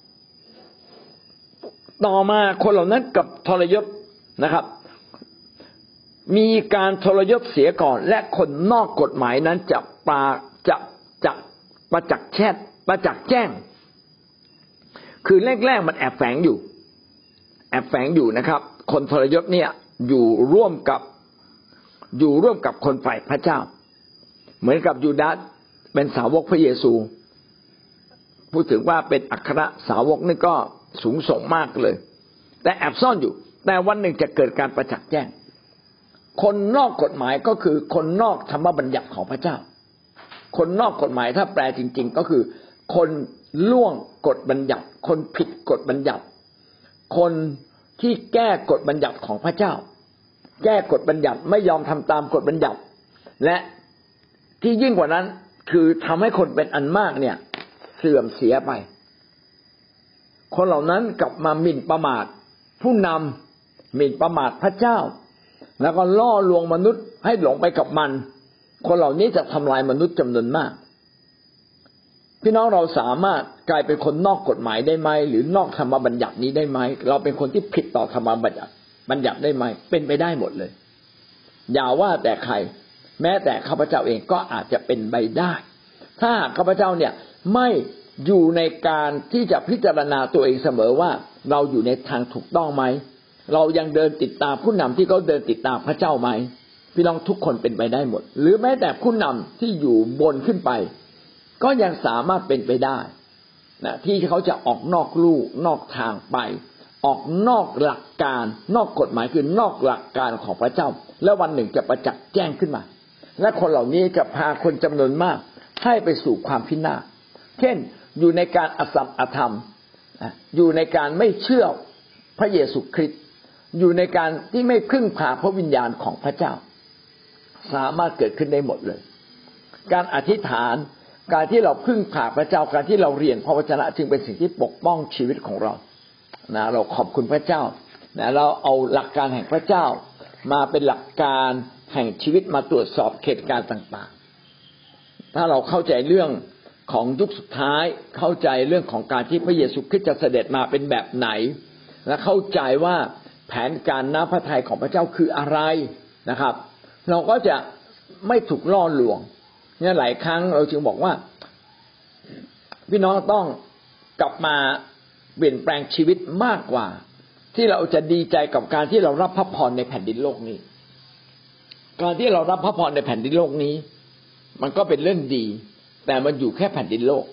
A: ต่อมาคนเหล่านั้นกับทรยศนะครับมีการทรยศเสียก่อนและคนนอกกฎหมายนั้นจะปาจะจะประจักษ์แช่ประจักษ์แจ้งคือแรกๆมันแอบแฝงอยู่แอบแฝงอยู่นะครับคนทรยศเนี่ยอยู่ร่วมกับอยู่ร่วมกับคนฝ่ายพระเจ้าเหมือนกับยูดาสเป็นสาวกพระเยซูพูดถึงว่าเป็นอัครสาวกนี่ก็สูงส่งมากเลยแต่แอบซ่อนอยู่แต่วันหนึ่งจะเกิดการประจักษ์แจ้งคนนอกกฎหมายก็คือคนนอกธรรมบัญญัติของพระเจ้าคนนอกกฎหมายถ้าแปลจริงๆก็คือคนล่วงกฎบัญญัติคนผิดกฎบัญญัติคนที่แก้กฎบัญญัติของพระเจ้าแก้กฎบัญญัติไม่ยอมทำตามกฎบัญญัติและที่ยิ่งกว่านั้นคือทำให้คนเป็นอันมากเนี่ยเสื่อมเสียไปคนเหล่านั้นกลับมาหมิ่นประมาทผู้นำหมิ่นประมาทพระเจ้าแล้วก็ล่อลวงมนุษย์ให้หลงไปกับมันคนเหล่านี้จะทำลายมนุษย์จำนวนมากพี่น้องเราสามารถกลายเป็นคนนอกกฎหมายได้ไหมหรือนอกธรรมบัญญัตินี้ได้ไหมเราเป็นคนที่ผิดต่อธรรมบัญญัติบัญญัติได้ไหมเป็นไปได้หมดเลยอย่าว่าแต่ใครแม้แต่ข้าพเจ้าเองก็อาจจะเป็นไปได้ถ้าข้าพเจ้าเนี่ยไม่อยู่ในการที่จะพิจารณาตัวเองเสมอว่าเราอยู่ในทางถูกต้องไหมเรายังเดินติดตามผู้นำที่เขาเดินติดตามพระเจ้าไหมพี่น้องทุกคนเป็นไปได้หมดหรือแม้แต่ผู้นำที่อยู่บนขึ้นไปก็ยังสามารถเป็นไปได้นะที่เขาจะออกนอกลู่นอกทางไปออกนอกหลักการนอกกฎหมายคือนอกหลักการของพระเจ้าแล้ววันหนึ่งจะประจักษ์แจ้งขึ้นมาและคนเหล่านี้จะพาคนจำนวนมากให้ไปสู่ความพินาศเช่นอยู่ในการอสัตย์อธรรมอยู่ในการไม่เชื่อพระเยซูคริสต์อยู่ในการที่ไม่พึ่งพาพระวิญญาณของพระเจ้าสามารถเกิดขึ้นได้หมดเลยการอธิษฐานการที่เราพึ่งพาพระเจ้าการที่เราเรียนพระวจนะจึงเป็นสิ่งที่ปกป้องชีวิตของเรานะเราขอบคุณพระเจ้านะเราเอาหลักการแห่งพระเจ้ามาเป็นหลักการแห่งชีวิตมาตรวจสอบเหตุการณ์ต่างๆถ้าเราเข้าใจเรื่องของยุคสุดท้ายเข้าใจเรื่องของการที่พระเยซูคริสต์จะเสด็จมาเป็นแบบไหนและเข้าใจว่าแผนการน้ำพระทัยของพระเจ้าคืออะไรนะครับเราก็จะไม่ถูกล่อลวงเนี่ยหลายครั้งเราจึงบอกว่าพี่น้องต้องกลับมาเปลี่ยนแปลงชีวิตมากกว่าที่เราจะดีใจกับการที่เรารับพระพรในแผ่นดินโลกนี้การที่เรารับพระพรในแผ่นดินโลกนี้มันก็เป็นเรื่องดีแต่มันอยู่แค่แผ่นดินโลก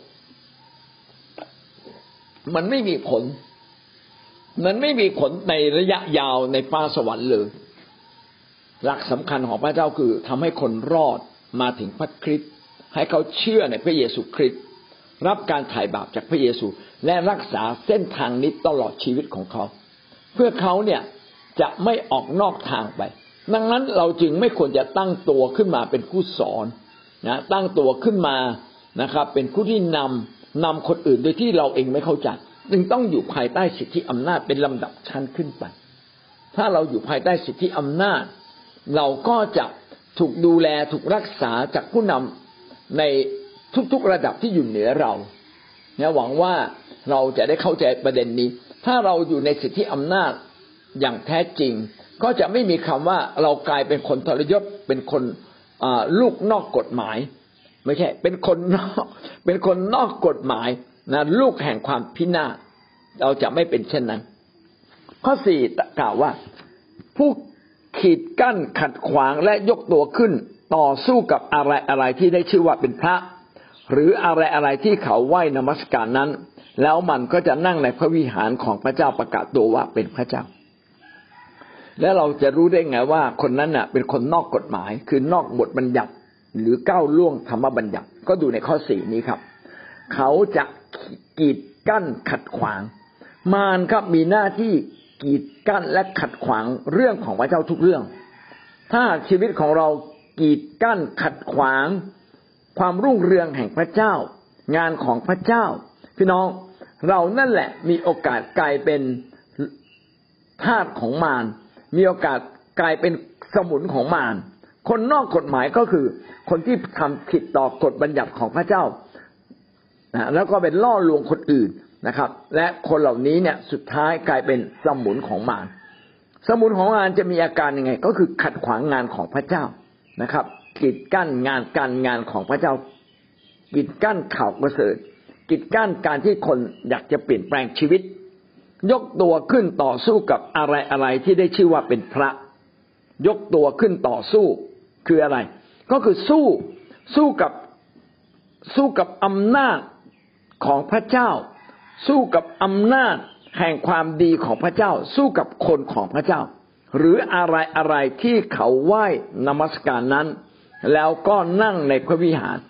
A: มันไม่มีผลมันไม่มีผลในระยะยาวในฟ้าสวรรค์เลยหลักสำคัญของพระเจ้าคือทำให้คนรอดมาถึงพระคริสต์ให้เขาเชื่อในพระเยซูคริสต์รับการไถ่บาปจากพระเยซูและรักษาเส้นทางนี้ตลอดชีวิตของเขาเพื่อเขาเนี่ยจะไม่ออกนอกทางไปดังนั้นเราจึงไม่ควรจะตั้งตัวขึ้นมาเป็นผู้สอนนะตั้งตัวขึ้นมานะครับเป็นผู้ที่นำนำคนอื่นโดยที่เราเองไม่เข้าใจจึงต้องอยู่ภายใต้สิทธิอำนาจเป็นลำดับชั้นขึ้นไปถ้าเราอยู่ภายใต้สิทธิอำนาจเราก็จะถูกดูแลถูกรักษาจากผู้นำในทุกๆระดับที่อยู่เหนือเราเนี่ยหวังว่าเราจะได้เข้าใจประเด็นนี้ถ้าเราอยู่ในสิทธิอำนาจอย่างแท้จริงก็จะไม่มีคำว่าเรากลายเป็นคนทรยศเป็นคนลูกนอกกฎหมายไม่ใช่เป็นคนนอกเป็นคนนอกกฎหมายนะลูกแห่งความพินาศเราจะไม่เป็นเช่นนั้นข้อสี่กล่าวว่าผู้ขีดกั้นขัดขวางและยกตัวขึ้นต่อสู้กับอะไรอะไรที่ได้ชื่อว่าเป็นพระหรืออะไรอะไรที่เขาไหว้นมัสการนั้นแล้วมันก็จะนั่งในพระวิหารของพระเจ้าประกาศตัวว่าเป็นพระเจ้าและเราจะรู้ได้ไงว่าคนนั้นน่ะเป็นคนนอกกฎหมายคือนอกบทบัญญัติหรือก้าวล่วงธรรมบัญญัติก็ดูในข้อสี่นี้ครับเขาจะกีดกั้นขัดขวางมารครับมีหน้าที่กีดกั้นและขัดขวางเรื่องของพระเจ้าทุกเรื่องถ้าชีวิตของเรากีดกั้นขัดขวางความรุ่งเรืองแห่งพระเจ้างานของพระเจ้าพี่น้องเรานั่นแหละมีโอกาสกลายเป็นทาสของมารมีโอกาสกลายเป็นสมุนของมารคนนอกกฎหมายก็คือคนที่ทำผิดต่อกฎบัญญัติของพระเจ้านะแล้วก็เป็นล่อลวงคนอื่นนะครับและคนเหล่านี้เนี่ยสุดท้ายกลายเป็นสมุนของมารสมุนของมารจะมีอาการยังไงก็คือขัดขวางงานของพระเจ้านะครับกีดกั้นงานการงานของพระเจ้ากีดกั้นข่าวประเสริฐกีดกั้นการที่คนอยากจะเปลี่ยนแปลงชีวิตยกตัวขึ้นต่อสู้กับอะไรอะไรที่ได้ชื่อว่าเป็นพระยกตัวขึ้นต่อสู้คืออะไรก็คือสู้สู้กับสู้กับอำนาจของพระเจ้าสู้กับอำนาจแห่งความดีของพระเจ้าสู้กับคนของพระเจ้าหรืออะไรอะไรที่เขาไหว้นมัสการนั้นแล้วก็นั่งในพระวิหาร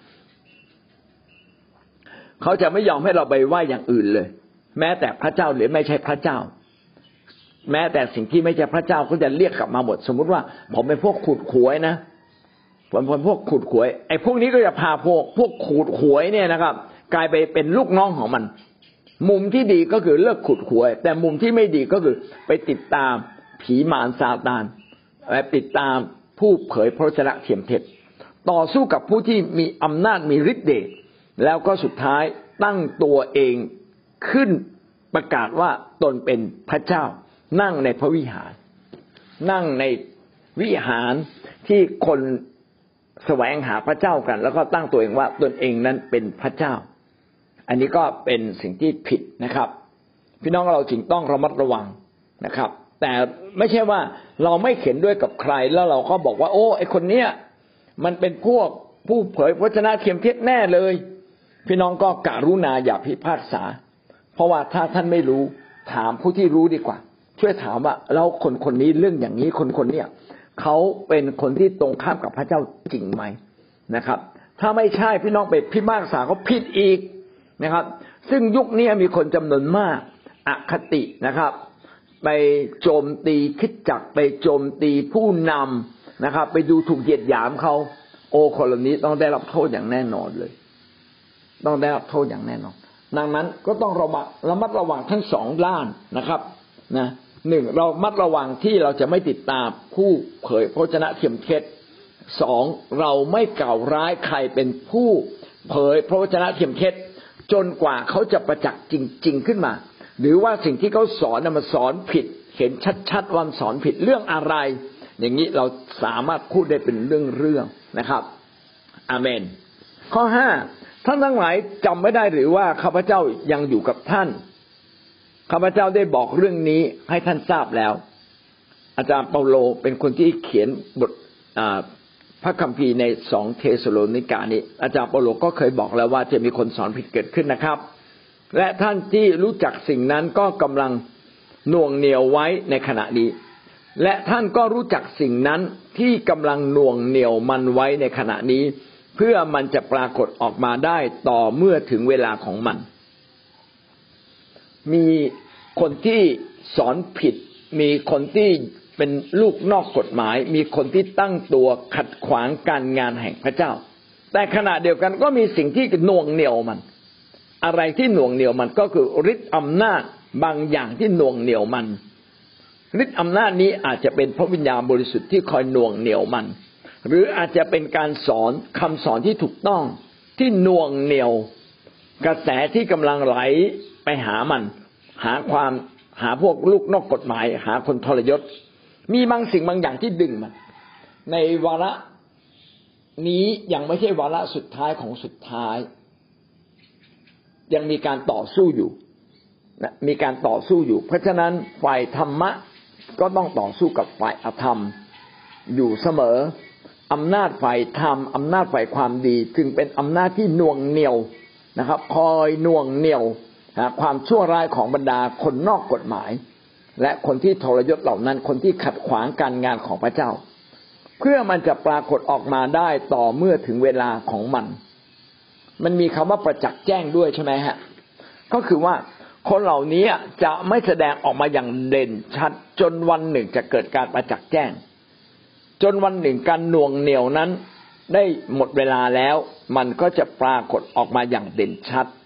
A: เขาจะไม่ยอมให้เราไปไหว้อย่างอื่นเลยแม้แต่พระเจ้าหรือไม่ใช่พระเจ้าแม้แต่สิ่งที่ไม่ใช่พระเจ้าเขาจะเรียกกลับมาหมดสมมุติว่าผมเป็นพวกขูดขวยนะผมเป็นพวกขูดขวยไอ้พวกนี้ก็จะพาพวกพวกขูดขวยเนี่ยนะครับกลายไปเป็นลูกน้องของมันมุมที่ดีก็คือเลิกขูดขวยแต่มุมที่ไม่ดีก็คือไปติดตามผีมารซาตานไปติดตามผู้เผยพระวจนะเทียมเท็จต่อสู้กับผู้ที่มีอำนาจมีฤทธิ์เดชแล้วก็สุดท้ายตั้งตัวเองขึ้นประกาศว่าตนเป็นพระเจ้านั่งในพระวิหารนั่งในวิหารที่คนแสวงหาพระเจ้ากันแล้วก็ตั้งตัวเองว่าตนเองนั้นเป็นพระเจ้าอันนี้ก็เป็นสิ่งที่ผิดนะครับพี่น้องเราจึงต้องระมัดระวังนะครับแต่ไม่ใช่ว่าเราไม่เห็นด้วยกับใครแล้วเราก็บอกว่าโอ้ไอคนเนี้ยมันเป็นพวกผู้เผยพระวจนะเทียมเท็จแน่เลยพี่น้องก็กรุณาอย่าพิพากษาเพราะว่าถ้าท่านไม่รู้ถามผู้ที่รู้ดีกว่าช่วยถามว่าแล้วคนคนนี้เรื่องอย่างนี้คนคนเนี้ยเขาเป็นคนที่ตรงข้ามกับพระเจ้าจริงไหมนะครับถ้าไม่ใช่พี่น้องไปพิพากษาเขาผิดอีกนะครับซึ่งยุคนี้มีคนจำนวนมากอคตินะครับไปโจมตีคริสตจักรไปโจมตีผู้นำนะครับไปดูถูกเหยียดหยามเขาโอ้คนเหล่านี้ต้องได้รับโทษอย่างแน่นอนเลยต้องได้รับโทษอย่างแน่นอนดังนั้นก็ต้องระมัดระมัดระวังทั้งสองด้านนะครับนะหนึ่งเรามัดระวังที่เราจะไม่ติดตามผู้เผยพระวจนะเทียมเท็จสองเราไม่กล่าวร้ายใครเป็นผู้เผยพระวจนะเทียมเท็จจนกว่าเขาจะประจักษ์จริงๆขึ้นมาหรือว่าสิ่งที่เขาสอนน่ะมันสอนผิดเห็นชัดๆว่าสอนผิดเรื่องอะไรอย่างนี้เราสามารถพูดได้เป็นเรื่องๆนะครับอาเมนข้อห้าท่านทั้งหลายจำไม่ได้หรือว่าข้าพเจ้ายังอยู่กับท่านข้าพเจ้าได้บอกเรื่องนี้ให้ท่านทราบแล้วอาจารย์เปาโลเป็นคนที่เขียนบทพระคัมภีร์ในสองเทสโลนิกานี้อาจารย์เปาโลก็เคยบอกแล้วว่าจะมีคนสอนผิดเกิดขึ้นนะครับและท่านที่รู้จักสิ่งนั้นก็กำลังหน่วงเหนี่ยวไว้ในขณะนี้และท่านก็รู้จักสิ่งนั้นที่กำลังหน่วงเหนี่ยวมันไว้ในขณะนี้เพื่อมันจะปรากฏออกมาได้ต่อเมื่อถึงเวลาของมันมีคนที่สอนผิดมีคนที่เป็นลูกนอกกฎหมายมีคนที่ตั้งตัวขัดขวางการงานแห่งพระเจ้าแต่ขณะเดียวกันก็มีสิ่งที่หน่วงเหนี่ยวมันอะไรที่หน่วงเหนี่ยวมันก็คือฤทธิ์อำนาจบางอย่างที่หน่วงเหนี่ยวมันฤทธิ์อำนาจนี้อาจจะเป็นพระวิญญาณบริสุทธิ์ที่คอยหน่วงเหนี่ยวมันหรืออาจจะเป็นการสอนคำสอนที่ถูกต้องที่หน่วงเหนี่ยวกระแสที่กำลังไหลไปหามันหาความหาพวกลูกนอกกฎหมายหาคนทรยศมีบางสิ่งบางอย่างที่ดึงมันในวาระนี้ยังไม่ใช่วาระสุดท้ายของสุดท้ายยังมีการต่อสู้อยู่นะมีการต่อสู้อยู่เพราะฉะนั้นฝ่ายธรรมะก็ต้องต่อสู้กับฝ่ายอธรรมอยู่เสมออำนาจฝ่ายธรรมอำนาจฝ่ายความดีจึงเป็นอำนาจที่หน่วงเหนี่ยวนะครับคอยหน่วงเหนี่ยวนะความชั่วร้ายของบรรดาคนนอกกฎหมายและคนที่ทรยศเหล่านั้นคนที่ขัดขวางการงานของพระเจ้าเพื่อมันจะปรากฏออกมาได้ต่อเมื่อถึงเวลาของมันมันมีคำว่าประจักษ์แจ้งด้วยใช่ไหมฮะก็คือว่าคนเหล่านี้จะไม่แสดงออกมาอย่างเด่นชัดจนวันหนึ่งจะเกิดการประจักษ์แจ้งจนวันหนึ่งการหน่วงเหนี่ยวนั้นได้หมดเวลาแล้วมันก็จะปรากฏออกมาอย่างเด่นชัด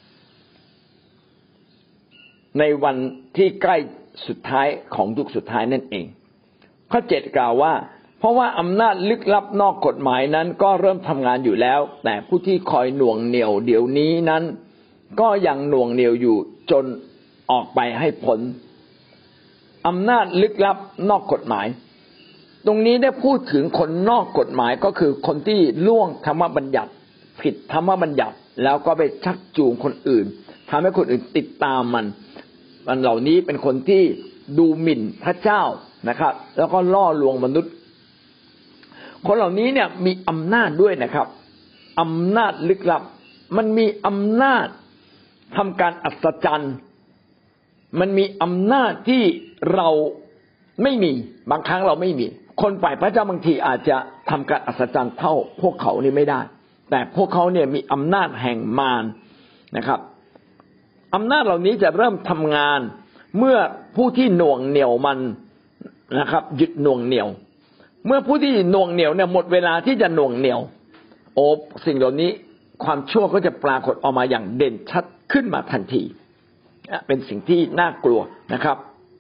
A: ในวันที่ใกล้สุดท้ายของยุคสุดท้ายนั่นเองข้อเจ็ดกล่าวว่าเพราะว่าอำนาจลึกลับนอกกฎหมายนั้นก็เริ่มทำงานอยู่แล้วแต่ผู้ที่คอยหน่วงเหนี่ยวเดี๋ยวนี้นั้นก็ยังหน่วงเหนี่ยวอยู่จนออกไปให้พ้นอำนาจลึกลับนอกกฎหมายตรงนี้ได้พูดถึงคนนอกกฎหมายก็คือคนที่ล่วงธรรมบัญญัติผิดธรรมบัญญัติแล้วก็ไปชักจูงคนอื่นทำให้คนอื่นติดตามมันมันเหล่านี้เป็นคนที่ดูหมิ่นพระเจ้านะครับแล้วก็ล่อลวงมนุษย์คนเหล่านี้เนี่ยมีอำนาจด้วยนะครับอำนาจลึกลับมันมีอำนาจทำการอัศจรรย์มันมีอำนาจที่เราไม่มีบางครั้งเราไม่มีคนฝ่ายพระเจ้าบางทีอาจจะทำการอัศจรรย์เท่าพวกเขานี่ไม่ได้แต่พวกเขาเนี่ยมีอำนาจแห่งมารนะครับอำนาจเหล่านี้จะเริ่มทำงานเมื่อผู้ที่หน่วงเหนี่ยวมันนะครับหยุดหน่วงเหนี่ยวเมื่อผู้ที่หน่วงเหนี่ยวเนี่ยหมดเวลาที่จะหน่วงเหนี่ยวโอ้สิ่งเหล่านี้ความชั่วก็จะปรากฏออกมาอย่างเด่นชัดขึ้นมาทันทีเป็นสิ่งที่น่ากลัวนะครับ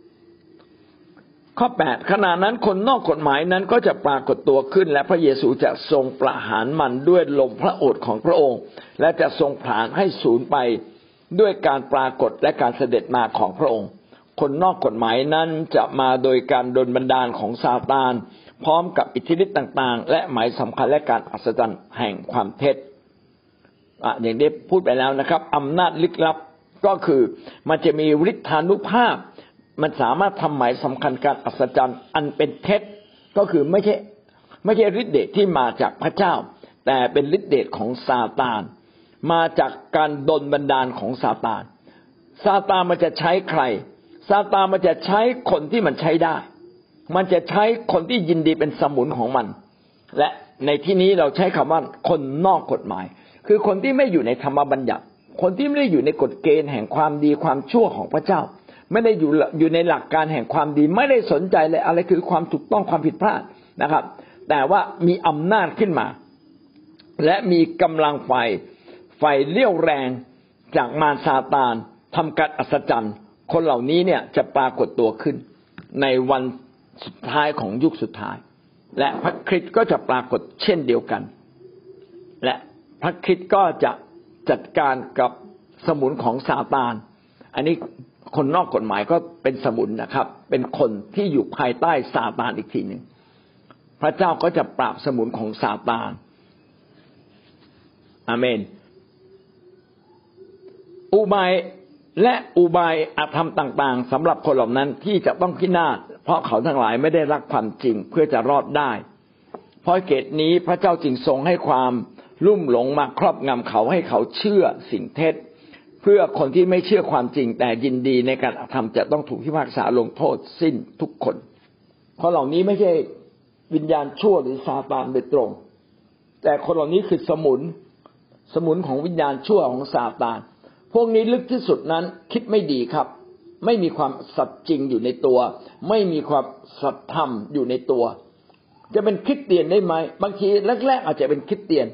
A: ข้อแปดขณะนั้นคนนอกกฎหมายนั้นก็จะปรากฏตัวขึ้นและพระเยซูจะทรงประหารมันด้วยลมพระโอษฐ์ของพระองค์และจะทรงผลาญให้สูญไปด้วยการปรากฏและการเสด็จมาของพระองค์คนนอกกฎหมายนั้นจะมาโดยการดลบันดาลของซาตานพร้อมกับอิทธิฤทธิ์ต่างๆและหมายสำคัญและการอัศจรรย์แห่งความเท็จอ่ะอย่างที่พูดไปแล้วนะครับอำนาจลึกลับก็คือมันจะมีฤทธานุภาพมันสามารถทำหมายสำคัญการอัศจรรย์อันเป็นเท็จก็คือไม่ใช่ไม่ใช่ฤทธิเดชที่มาจากพระเจ้าแต่เป็นฤทธิเดชของซาตานมาจากการดลบันดาลของซาตานซาตานมันจะใช้ใครซาตานมันจะใช้คนที่มันใช้ได้มันจะใช้คนที่ยินดีเป็นสมุนของมันและในที่นี้เราใช้คำว่าคนนอกกฎหมายคือคนที่ไม่อยู่ในธรรมบัญญัติคนที่ไม่ได้อยู่ในกฎเกณฑ์แห่งความดีความชั่วของพระเจ้าไม่ได้อยู่อยู่ในหลักการแห่งความดีไม่ได้สนใจเลยอะไรคือความถูกต้องความผิดพลาดนะครับแต่ว่ามีอำนาจขึ้นมาและมีกำลังไฟไฟเรี่ยวแรงจากมารซาตานทำการอัศจรรย์คนเหล่านี้เนี่ยจะปรากฏตัวขึ้นในวันสุดท้ายของยุคสุดท้ายและพระคริสต์ก็จะปรากฏเช่นเดียวกันและพระคริสต์ก็จะจัดการกับสมุนของซาตานอันนี้คนนอกกฎหมายก็เป็นสมุนนะครับเป็นคนที่อยู่ภายใต้ซาตานอีกทีหนึ่งพระเจ้าก็จะปราบสมุนของซาตานอาเมนอุบายและอุบายอาธรรมต่างๆสำหรับคนเหล่านั้นที่จะต้องพินาศเพราะเขาทั้งหลายไม่ได้รักความจริงเพื่อจะรอดได้เพราะเหตุนี้พระเจ้าจึงทรงให้ความลุ่มหลงมาครอบงำเขาให้เขาเชื่อสิ่งเท็จเพื่อคนที่ไม่เชื่อความจริงแต่ยินดีในการอาธรรมจะต้องถูกพิพากษาลงโทษสิ้นทุกคนเพราะเหล่านี้ไม่ใช่วิญญาณชั่วหรือซาตานโดยตรงแต่คนเหล่านี้คือสมุนสมุนของวิญญาณชั่วของซาตานพวกนี้ลึกที่สุดนั้นคิดไม่ดีครับไม่มีความสัตย์จริงอยู่ในตัวไม่มีความสัตย์ธรรมอยู่ในตัวจะเป็นคริสเตียนได้ไหมบางทีแรกๆอาจจะเป็นคริสเตียน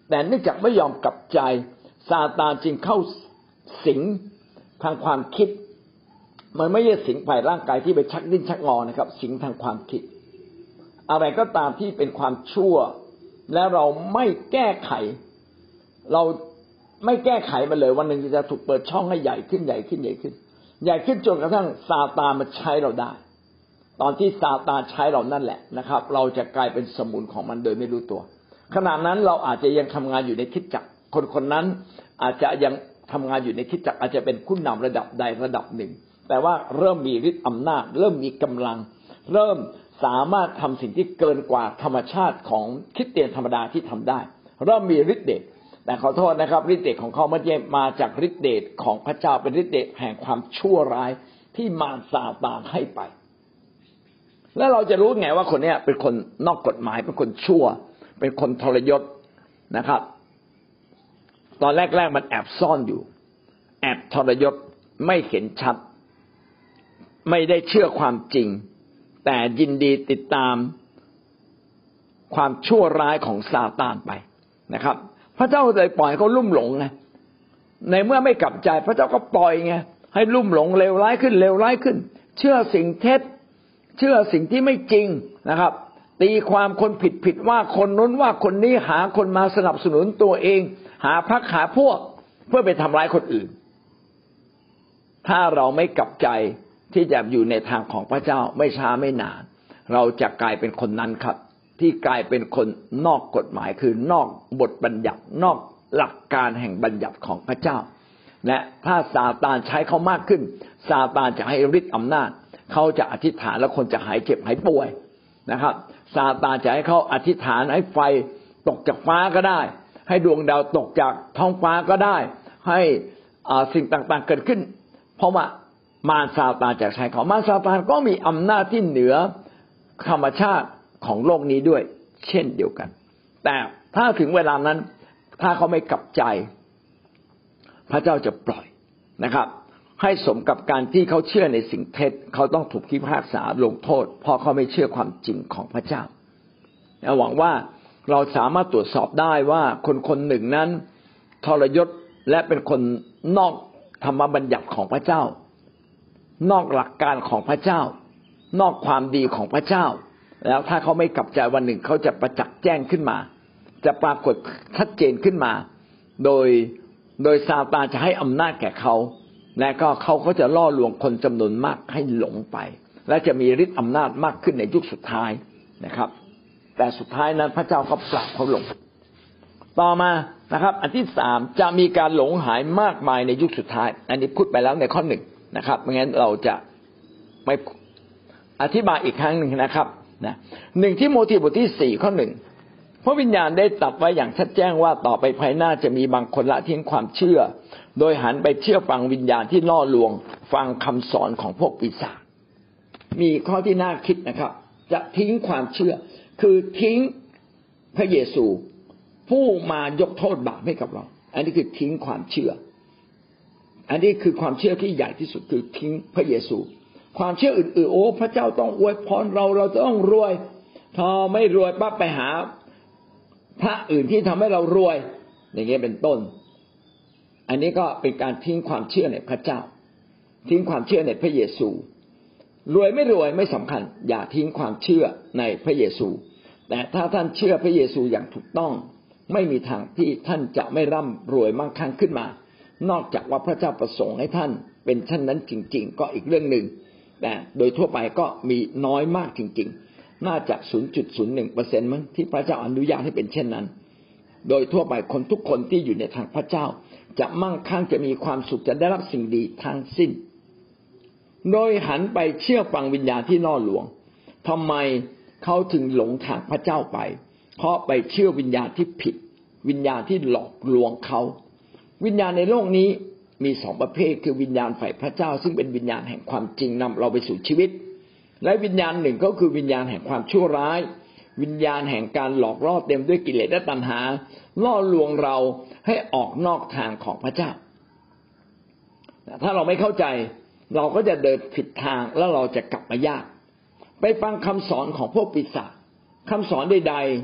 A: แต่เนื่องจากไม่ยอมกลับใจซาตานจึงเข้าสิงทางความคิดมันไม่ใช่สิงฝ่ายร่างกายที่ไปชักดิ้นชักงอนะครับสิงทางความคิดอะไรก็ตามที่เป็นความชั่วและเราไม่แก้ไขเราไม่แก้ไขมันเลยวันหนึ่งจะถูกเปิดช่องให้ใหญ่ขึ้นใหญ่ขึ้นใหญ่ขึ้นใหญ่ขึ้นจนกระทั่งซาตานมาใช้เราได้ตอนที่ซาตานใช้เรานั่นแหละนะครับเราจะกลายเป็นสมุนของมันโดยไม่รู้ตัวขณะนั้นเราอาจจะยังทำงานอยู่ในคริสตจักรคนคนนั้นอาจจะยังทำงานอยู่ในคริสตจักรอาจจะเป็นผู้นำระดับใดระดับหนึ่งแต่ว่าเริ่มมีฤทธิ์อำนาจเริ่มมีกำลังเริ่มสามารถทำสิ่งที่เกินกว่าธรรมชาติของคริสเตียนธรรมดาที่ทำได้เริ่มมีฤทธิ์เดชแต่ขอโทษนะครับฤทธิ์เดชของเขาไม่ได้มาจากฤทธิ์เดชของพระเจ้าเป็นฤทธิ์เดชแห่งความชั่วร้ายที่มารซาตานให้ไปแล้วเราจะรู้ไงว่าคนนี้เป็นคนนอกกฎหมายเป็นคนชั่วเป็นคนทรยศนะครับตอนแรกๆมันแอบซ่อนอยู่แอบทรยศไม่เห็นชัดไม่ได้เชื่อความจริงแต่ยินดีติดตามความชั่วร้ายของซาตานไปนะครับพระเจ้าเลยปล่อยเขาลุ่มหลงไงในเมื่อไม่กลับใจพระเจ้าก็ปล่อยไงให้ลุ่มหลงเลวร้ายขึ้นเลวร้ายขึ้นเชื่อสิ่งเท็จเชื่อสิ่งที่ไม่จริงนะครับตีความคนผิดผิดว่าคนนู้นว่าคนนี้หาคนมาสนับสนุนตัวเองหาพรรคหาพวกเพื่อไปทำร้ายคนอื่นถ้าเราไม่กลับใจที่จะอยู่ในทางของพระเจ้าไม่ช้าไม่นานเราจะกลายเป็นคนนั้นครับที่กลายเป็นคนนอกกฎหมายคือนอกบทบัญญัตินอกหลักการแห่งบัญญัติของพระเจ้าและถ้าซาตานใช้เขามากขึ้นซาตานจะให้ฤทธิ์อำนาจเขาจะอธิษฐานแล้วคนจะหายเจ็บหายป่วยนะครับซาตานจะให้เขาอธิษฐานให้ไฟตกจากฟ้าก็ได้ให้ดวงดาวตกจากท้องฟ้าก็ได้ให้สิ่งต่างๆเกิดขึ้นเพราะว่ามารซาตานจะใช้เขามารซาตานก็มีอำนาจที่เหนือธรรมชาติของโลกนี้ด้วยเช่นเดียวกันแต่ถ้าถึงเวลานั้นถ้าเขาไม่กลับใจพระเจ้าจะปล่อยนะครับให้สมกับการที่เขาเชื่อในสิ่งเท็จเขาต้องถูกพิพากษาลงโทษเพราะเขาไม่เชื่อความจริงของพระเจ้าหวังว่าเราสามารถตรวจสอบได้ว่าคนคนหนึ่งนั้นทรยศและเป็นคนนอกธรรมบัญญัติของพระเจ้านอกหลักการของพระเจ้านอกความดีของพระเจ้าแล้วถ้าเขาไม่กลับใจวันหนึ่งเขาจะประจักษ์แจ้งขึ้นมาจะปรากฏชัดเจนขึ้นมาโดยโดยซาตานจะให้อำนาจแก่เขาและก็เขาก็จะล่อลวงคนจำนวนมากให้หลงไปและจะมีฤทธิ์อำนาจมากขึ้นในยุคสุดท้ายนะครับแต่สุดท้ายนั้นพระเจ้าก็ปราบเขาลงต่อมานะครับอันที่สามจะมีการหลงหายมากมายในยุคสุดท้ายอันนี้พูดไปแล้วในข้อหนึ่งนะครับไม่งั้นเราจะไม่อธิบายอีกครั้งหนึ่งนะครับนะหนึ่งที่โมธีบทที่สี่ข้อหนึ่งพระวิญญาณได้ตรัสไว้อย่างชัดแจ้งว่าต่อไปภายหน้าจะมีบางคนละทิ้งความเชื่อโดยหันไปเชื่อฟังวิญญาณที่ล่อลวงฟังคำสอนของพวกปีศาจมีข้อที่น่าคิดนะครับจะทิ้งความเชื่อคือทิ้งพระเยซูผู้มายกโทษบาปให้กับเราอันนี้คือทิ้งความเชื่ออันนี้คือความเชื่อที่ใหญ่ที่สุดคือทิ้งพระเยซูความเชื่ออื่นๆโอ้พระเจ้าต้องอวยพรเราเราจะต้องรวยพอไม่รวยปั๊บไปหาพระอื่นที่ทำให้เรารวยอย่างเงี้ยเป็นต้นอันนี้ก็เป็นการทิ้งความเชื่อในพระเจ้าทิ้งความเชื่อในพระเยซูรวยไม่รวยไม่สำคัญอย่าทิ้งความเชื่อในพระเยซูแต่ถ้าท่านเชื่อพระเยซูอย่างถูกต้องไม่มีทางที่ท่านจะไม่ร่ำรวยมั่งคั่งขึ้นมานอกจากว่าพระเจ้าประสงค์ให้ท่านเป็นเช่นนั้นจริงๆก็อีกเรื่องนึงแต่โดยทั่วไปก็มีน้อยมากจริงๆน่าจะ ศูนย์จุดศูนย์หนึ่งเปอร์เซ็นต์ มั้งที่พระเจ้าอนุญาตให้เป็นเช่นนั้นโดยทั่วไปคนทุกคนที่อยู่ในทางพระเจ้าจะมั่งคั่งจะมีความสุขจะได้รับสิ่งดีทั้งสิ้นโดยหันไปเชื่อฟังวิญญาณที่ล่อลวงทำไมเขาถึงหลงทางพระเจ้าไปเพราะไปเชื่อวิญญาณที่ผิดวิญญาณที่หลอกลวงเขาวิญญาณในโลกนี้มีสองประเภทคือวิญญาณฝ่ายพระเจ้าซึ่งเป็นวิญญาณแห่งความจริงนำเราไปสู่ชีวิตและวิญญาณหนึ่งก็คือวิญญาณแห่งความชั่วร้ายวิญญาณแห่งการหลอกล่อเต็มด้วยกิเลสและตัณหาล่อลวงเราให้ออกนอกทางของพระเจ้าถ้าเราไม่เข้าใจเราก็จะเดินผิดทางแล้วเราจะกลับมายากไปฟังคำสอนของพวกปีศาจคำสอนใดๆ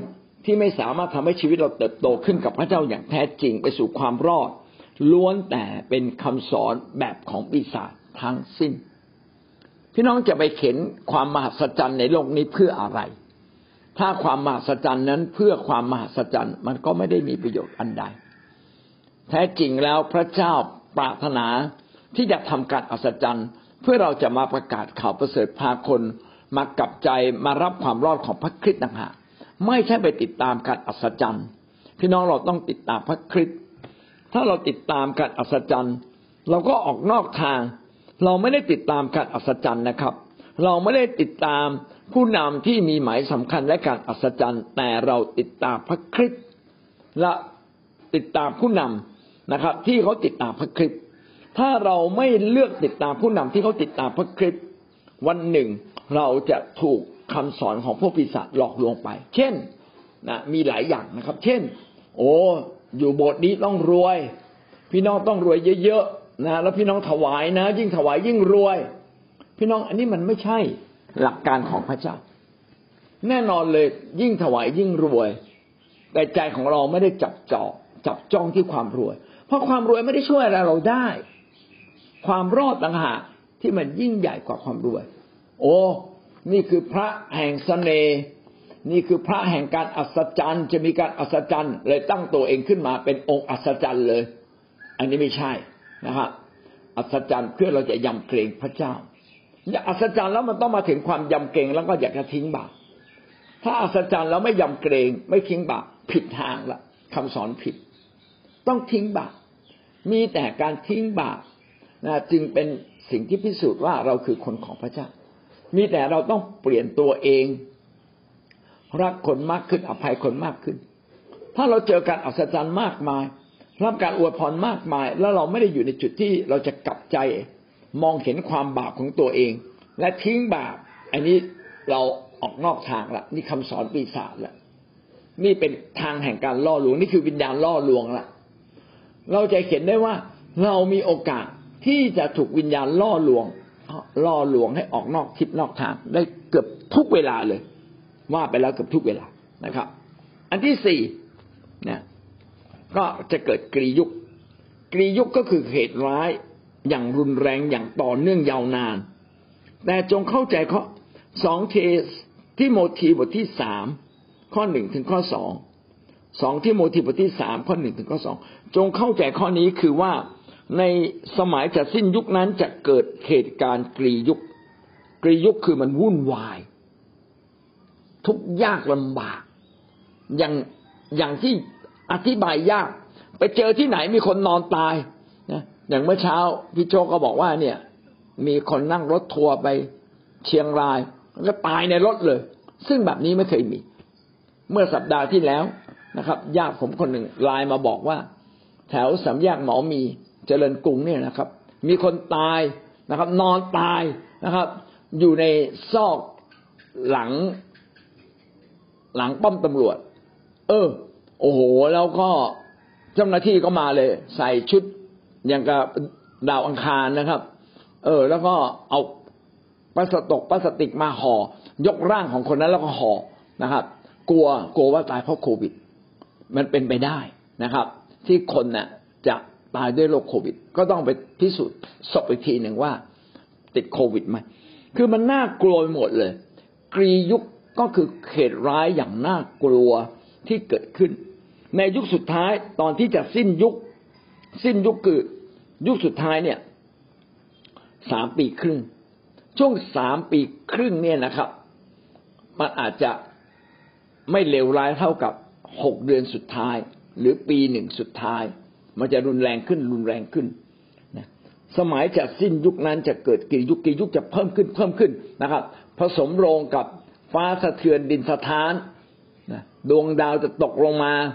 A: ที่ไม่สามารถทำให้ชีวิตเราเติบโตขึ้นกับพระเจ้าอย่างแท้จริงไปสู่ความรอดล้วนแต่เป็นคำสอนแบบของปีศาจทั้งสิ้นพี่น้องจะไปเข็นความมหัศจรรย์ในโลกนี้เพื่ออะไรถ้าความมหัศจรรย์นั้นเพื่อความมหัศจรรย์มันก็ไม่ได้มีประโยชน์อันใดแท้จริงแล้วพระเจ้าปรารถนาที่จะทำการอัศจรรย์เพื่อเราจะมาประกาศข่าวประเสริฐพาคนมากลับใจมารับความรอดของพระคริสต์ต่างหากไม่ใช่ไปติดตามการอัศจรรย์พี่น้องเราต้องติดตามพระคริสต์ถ้าเราติดตามการอัศจรรย์เราก็ออกนอกทางเราไม่ได้ติดตามการอัศจรรย์นะครับเราไม่ได้ติดตามผู้นำที่มีหมายสำคัญและการอัศจรรย์แต่เราติดตามพระคริสต์และติดตามผู้นำนะครับที่เขาติดตามพระคริสต์ถ้าเราไม่เลือกติดตามผู้นำที่เขาติดตามพระคริสต์วันหนึ่งเราจะถูกคำสอนของพวกปีศาจหลอกลวงไปเช่นนะมีหลายอย่างนะครับเช่นโอ้อยู่โบสถ์นี้ต้องรวยพี่น้องต้องรวยเยอะๆนะแล้วพี่น้องถวายนะยิ่งถวายยิ่งรวยพี่น้องอันนี้มันไม่ใช่หลักการของพระเจ้าแน่นอนเลยยิ่งถวายยิ่งรวยแต่ใจของเราไม่ได้จับจ่อจับจ้องที่ความรวยเพราะความรวยไม่ได้ช่วยอะไรเราได้ความรอดต่างหากที่มันยิ่งใหญ่กว่าความรวยโอ้นี่คือพระแห่งเสน่ห์นี่คือพระแห่งการอัศจรรย์จะมีการอัศจรรย์เลยตั้งตัวเองขึ้นมาเป็นองค์อัศจรรย์เลยอันนี้ไม่ใช่นะครับอัศจรรย์เพื่อเราจะยำเกรงพระเจ้าอย่าอัศจรรย์แล้วมันต้องมาถึงความยำเกรงแล้วก็อยากจะทิ้งบาปถ้าอัศจรรย์แล้วไม่ยำเกรงไม่ทิ้งบาปผิดทางละคำสอนผิดต้องทิ้งบาปมีแต่การทิ้งบาปนะจึงเป็นสิ่งที่พิสูจน์ว่าเราคือคนของพระเจ้ามีแต่เราต้องเปลี่ยนตัวเองรักคนมากขึ้นอภัยคนมากขึ้นถ้าเราเจอการอัศจรรย์มากมายรับการอวยพรมากมายแล้วเราไม่ได้อยู่ในจุดที่เราจะกลับใจมองเห็นความบาปของตัวเองและทิ้งบาปอันนี้เราออกนอกทางละนี่คำสอนปีศาจละนี่เป็นทางแห่งการล่อลวงนี่คือวิญญาณล่อลวงละเราจะเห็นได้ว่าเรามีโอกาสที่จะถูกวิญญาณล่อลวงล่อลวงให้ออกนอกทิศนอกทางได้เกือบทุกเวลาเลยว่าไปแล้วเกือบทุกเวลานะครับอันที่สี่เนี่ยก็จะเกิดกรียุคกรียุคก็คือเหตุร้ายอย่างรุนแรงอย่างต่อเนื่องยาวนานแต่จงเข้าใจข้อสองเททิโมธีบทที่สามข้อหนึ่งถึงข้อสองสองทิโมธีบทที่สามข้อหนึ่งถึงข้อสองจงเข้าใจข้อนี้คือว่าในสมัยจะสิ้นยุคนั้นจะเกิดเหตุการณ์กรียุคกรียุคคือมันวุ่นวายทุกข์ยากลำบากอย่างอย่างที่อธิบายยากไปเจอที่ไหนมีคนนอนตายนะอย่างเมื่อเช้าพี่โจก็บอกว่าเนี่ยมีคนนั่งรถทัวร์ไปเชียงรายแล้วตายในรถเลยซึ่งแบบนี้ไม่เคยมีเมื่อสัปดาห์ที่แล้วนะครับญาติผมคนหนึ่งไลน์มาบอกว่าแถวสามแยกหมอมีเจริญกรุงเนี่ยนะครับมีคนตายนะครับนอนตายนะครับอยู่ในซอกหลังหลังป้อมตำรวจเออโอ้โหแล้วก็เจ้าหน้าที่ก็มาเลยใส่ชุดอย่างกับดาวอังคารนะครับเออแล้วก็เอาพลาสติกพลาสติกมาห่อยกร่างของคนนั้นแล้วก็ห่อนะครับกลัวกลัวว่าตายเพราะโควิดมันเป็นไปได้นะครับที่คนน่ะจะตายด้วยโรคโควิดก็ต้องไปพิสูจน์ศพอีกทีหนึ่งว่าติดโควิดไหมคือมันน่ากลัวไปหมดเลยกรียุคก็คือเหตุร้ายอย่างน่ากลัวที่เกิดขึ้นในยุคสุดท้ายตอนที่จะสิ้นยุคสิ้นยุคคือยุคสุดท้ายเนี่ยสามปีครึ่งช่วงสามปีครึ่งเนี่ยนะครับมันอาจจะไม่เลวร้ายเท่ากับหกเดือนสุดท้ายหรือปีหนึ่งสุดท้ายมันจะรุนแรงขึ้นรุนแรงขึ้นนะสมัยจะสิ้นยุคนั้นจะเกิดกรียุคกรียุคจะเพิ่มขึ้นเพิ่มขึ้นนะครับผสมโรงกับฟ้าสะเทือนดินสะท้านนะดวงดาวจะตกลงมา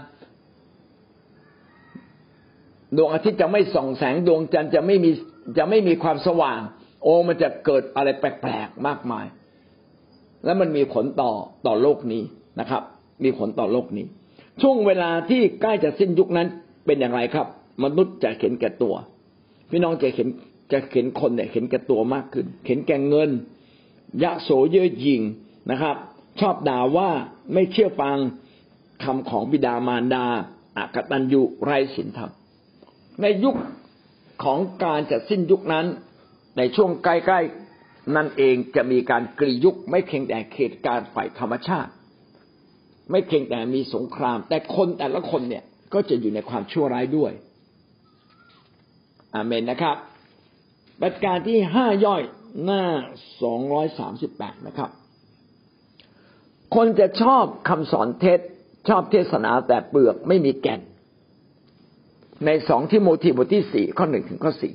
A: ดวงอาทิตย์จะไม่ส่องแสงดวงจันทร์จะไม่มีจะไม่มีความสว่างโอ้มันจะเกิดอะไรแปลกๆมากมายแล้วมันมีผลต่อต่อโลกนี้นะครับมีผลต่อโลกนี้ช่วงเวลาที่ใกล้จะสิ้นยุคนั้นเป็นอย่างไรครับมนุษย์จะเห็นแก่ตัวพี่น้องจะเห็นจะเห็นคนเนี่ยเห็นแก่ตัวมากขึ้นเห็นแก่เงินยะโสเย่อหยิ่งนะครับชอบด่าว่าไม่เชื่อฟังคำของบิดามารดาอกตัญญูไร้ศีลธรรมในยุคของการจะสิ้นยุคนั้นในช่วงใกล้ๆนั่นเองจะมีการกรียุคไม่เพียงแต่เหตุการณ์ฝ่ายธรรมชาติไม่เพียงแต่มีสงครามแต่คนแต่ละคนเนี่ยก็จะอยู่ในความชั่วร้ายด้วยอาเมนนะครับประการที่ห้าย่อยหน้าสองร้อยสามสิบแปดนะครับคนจะชอบคำสอนเท็จชอบเทศนาแต่เปลือกไม่มีแก่นในสองทิโมธีบทที่สี่ข้อหนึ่งถึงข้อสี่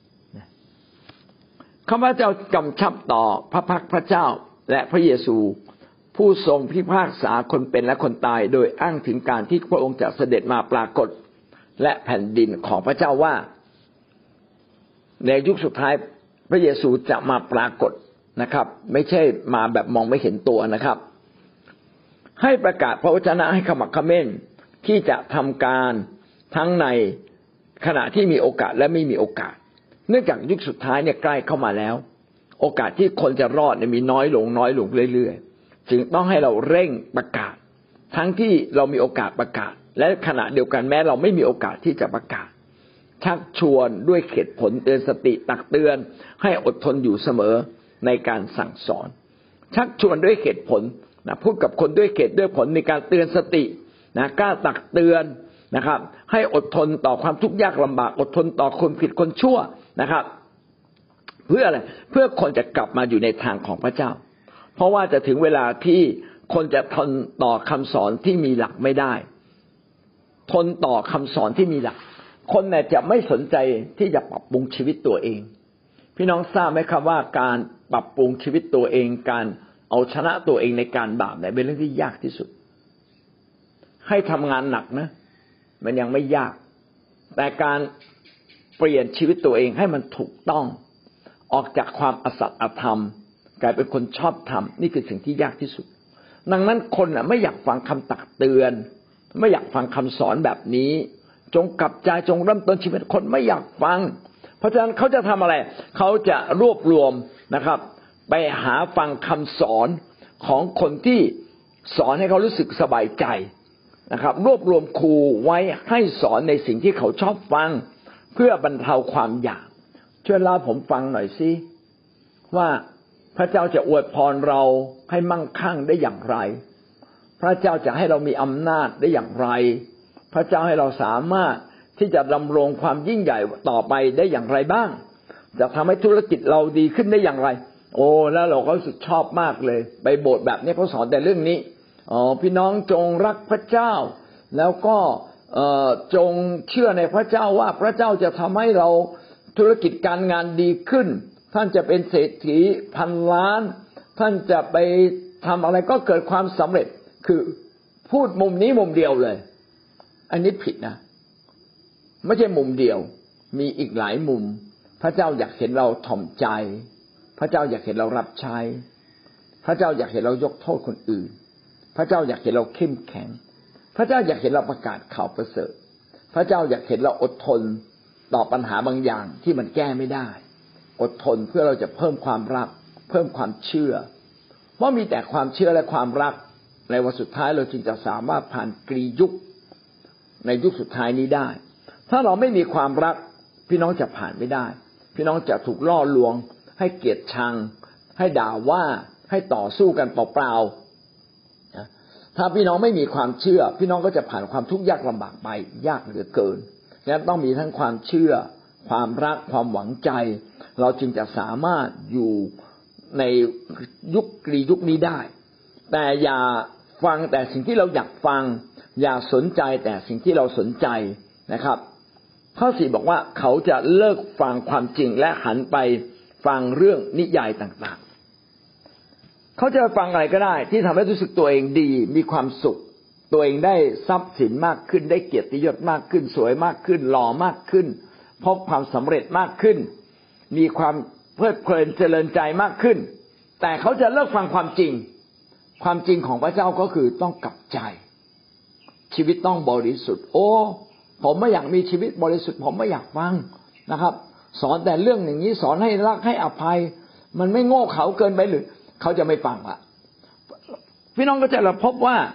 A: ข้าพเจ้ากำชับต่อพระพักพระเจ้าและพระเยซูผู้ทรงพิพากษาคนเป็นและคนตายโดยอ้างถึงการที่พระองค์จะเสด็จมาปรากฏและแผ่นดินของพระเจ้าว่าในยุคสุดท้ายพระเยซูจะมาปรากฏนะครับไม่ใช่มาแบบมองไม่เห็นตัวนะครับให้ประกาศพระวจนะให้ขมักเขม้นที่จะทำการทั้งในขณะที่มีโอกาสและไม่มีโอกาสเนื่องจากยุคสุดท้ายเนี่ยใกล้เข้ามาแล้วโอกาสที่คนจะรอดเนี่ยมีน้อยลงน้อยลงเรื่อยๆจึงต้องให้เราเร่งประกาศทั้งที่เรามีโอกาสประกาศและขณะเดียวกันแม้เราไม่มีโอกาสที่จะประกาศชักชวนด้วยเหตุผลเตือนสติตักเตือนให้อดทนอยู่เสมอในการสั่งสอนชักชวนด้วยเหตุผลนะพูดกับคนด้วยเหตุด้วยผลในการเตือนสตินะกล้าตักเตือนนะครับให้อดทนต่อความทุกข์ยากลำบากอดทนต่อคนผิดคนชั่วนะครับเพื่ออะไรเพื่อคนจะกลับมาอยู่ในทางของพระเจ้าเพราะว่าจะถึงเวลาที่คนจะทนต่อคำสอนที่มีหลักไม่ได้ทนต่อคำสอนที่มีหลักคนเนี่ยจะไม่สนใจที่จะปรับปรุงชีวิตตัวเองพี่น้องทราบไหมครับว่าการปรับปรุงชีวิตตัวเองการเอาชนะตัวเองในการบาปเนี่ยเป็นเรื่องที่ยากที่สุดให้ทำงานหนักนะมันยังไม่ยากแต่การเปลี่ยนชีวิตตัวเองให้มันถูกต้องออกจากความอสัตย์อธรรมกลายเป็นคนชอบธรรมนี่คือสิ่งที่ยากที่สุดดังนั้นคนน่ะไม่อยากฟังคำตักเตือนไม่อยากฟังคำสอนแบบนี้จงกลับใจจงเริ่มต้นชีวิตคนไม่อยากฟังเพราะฉะนั้นเขาจะทำอะไรเขาจะรวบรวมนะครับไปหาฟังคำสอนของคนที่สอนให้เขารู้สึกสบายใจนะครับรวบรวมครูไว้ให้สอนในสิ่งที่เขาชอบฟังเพื่อบรรเทาความอยากช่วยเล่าผมฟังหน่อยสิว่าพระเจ้าจะอวยพรเราให้มั่งคั่งได้อย่างไรพระเจ้าจะให้เรามีอำนาจได้อย่างไรพระเจ้าให้เราสามารถที่จะดำรงความยิ่งใหญ่ต่อไปได้อย่างไรบ้างจะทำให้ธุรกิจเราดีขึ้นได้อย่างไรโอ้แล้วเราก็รู้สึกชอบมากเลยไปโบสถ์แบบนี้เขาสอนแต่เรื่องนี้อ๋อพี่น้องจงรักพระเจ้าแล้วก็เอ่อจงเชื่อในพระเจ้าว่าพระเจ้าจะทำให้เราธุรกิจการงานดีขึ้นท่านจะเป็นเศรษฐีพันล้านท่านจะไปทำอะไรก็เกิดความสำเร็จคือพูดมุมนี้มุมเดียวเลยอันนี้ผิดนะไม่ใช่มุมเดียวมีอีกหลายมุมพระเจ้าอยากเห็นเราถ่อมใจพระเจ้าอยากเห็นเรารับใช้พระเจ้าอยากเห็นเรายกโทษคนอื่นพระเจ้าอยากเห็นเราเข้มแข็งพระเจ้าอยากเห็นเราประกาศข่าวประเสริฐพระเจ้าอยากเห็นเราอดทนต่อปัญหาบางอย่างที่มันแก้ไม่ได้อดทนเพื่อเราจะเพิ่มความรักเพิ่มความเชื่อเพราะมีแต่ความเชื่อและความรักในวันสุดท้ายเราจึงจะสามารถผ่านกรียุคในยุคสุดท้ายนี้ได้ถ้าเราไม่มีความรักพี่น้องจะผ่านไม่ได้พี่น้องจะถูกล่อลวงให้เกลียดชังให้ด่าว่าให้ต่อสู้กันเปล่าๆถ้าพี่น้องไม่มีความเชื่อพี่น้องก็จะผ่านความทุกข์ยากลำบากไปยากเหลือเกินฉะนั้นต้องมีทั้งความเชื่อความรักความหวังใจเราจึงจะสามารถอยู่ในยุคกรียุคนี้ได้แต่อย่าฟังแต่สิ่งที่เราอยากฟังอย่าสนใจแต่สิ่งที่เราสนใจนะครับข้อสี่บอกว่าเขาจะเลิกฟังความจริงและหันไปฟังเรื่องนิยายต่างๆเขาจะฟังอะไรก็ได้ที่ทำให้รู้สึกตัวเองดีมีความสุขตัวเองได้ทรัพย์สินมากขึ้นได้เกียรติยศมากขึ้นสวยมากขึ้นหล่อมากขึ้นพบความสำเร็จมากขึ้นมีความเพลิดเพลินเจริญใจมากขึ้นแต่เขาจะเลิกฟังความจริงความจริงของพระเจ้าก็คือต้องกลับใจชีวิตต้องบริสุทธิ์โอ้ผมไม่อยากมีชีวิตบริสุทธิ์ผมไม่อยากฟังนะครับสอนแต่เรื่องอย่างนี้สอนให้รักให้อภัยมันไม่โง่เขลาเกินไปหรือเขาจะไม่ฟังละพี่น้องก็จะพบว่า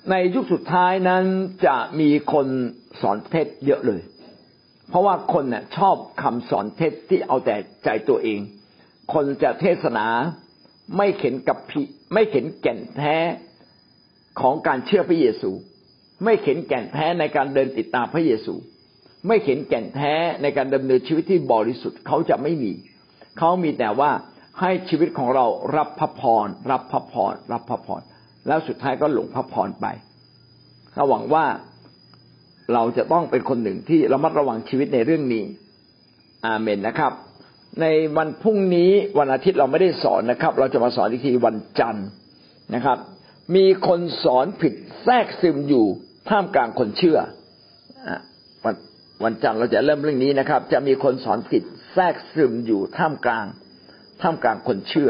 A: ในยุคสุดท้ายนั้นจะมีคนสอนเท็จเยอะเลยเพราะว่าคนเนี่ยชอบคำสอนเท็จที่เอาแต่ใจตัวเองคนจะเทศนาไม่เข็นกับพิไม่เข็นแก่นแท้ของการเชื่อพระเยซูไม่เข็นแก่นแท้ในการเดินติดตามพระเยซูไม่เข็นแก่นแท้ในการดำเนินชีวิตที่บริสุทธิ์เขาจะไม่มีเขามีแต่ว่าให้ชีวิตของเรารับพระพรรับพระพรรับพระพรแล้วสุดท้ายก็หลงพระพรไปเราหวังว่าเราจะต้องเป็นคนหนึ่งที่ระมัดระวังชีวิตในเรื่องนี้อาเมนนะครับในวันพรุ่งนี้วันอาทิตย์เราไม่ได้สอนนะครับเราจะมาสอนอีกทีวันจันทร์นะครับมีคนสอนผิดแทรกซึมอยู่ท่ามกลางคนเชื่อวันวันจันทร์เราจะเริ่มเรื่องนี้นะครับจะมีคนสอนผิดแทรกซึมอยู่ท่ามกลางท่ามกลางคนเชื่อ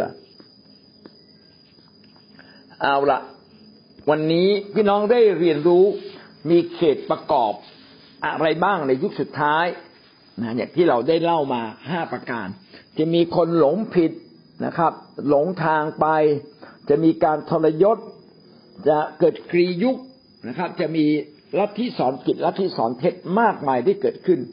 A: เอาละวันนี้พี่น้องได้เรียนรู้มีเขตประกอบอะไรบ้างในยุคสุดท้ายนะอย่างที่เราได้เล่ามาห้าประการจะมีคนหลงผิดนะครับหลงทางไปจะมีการทรยศจะเกิดกรียุคนะครับจะมีลัทธิสอนผิดลัทธิสอนเท็จมากมายที่เกิดขึ้น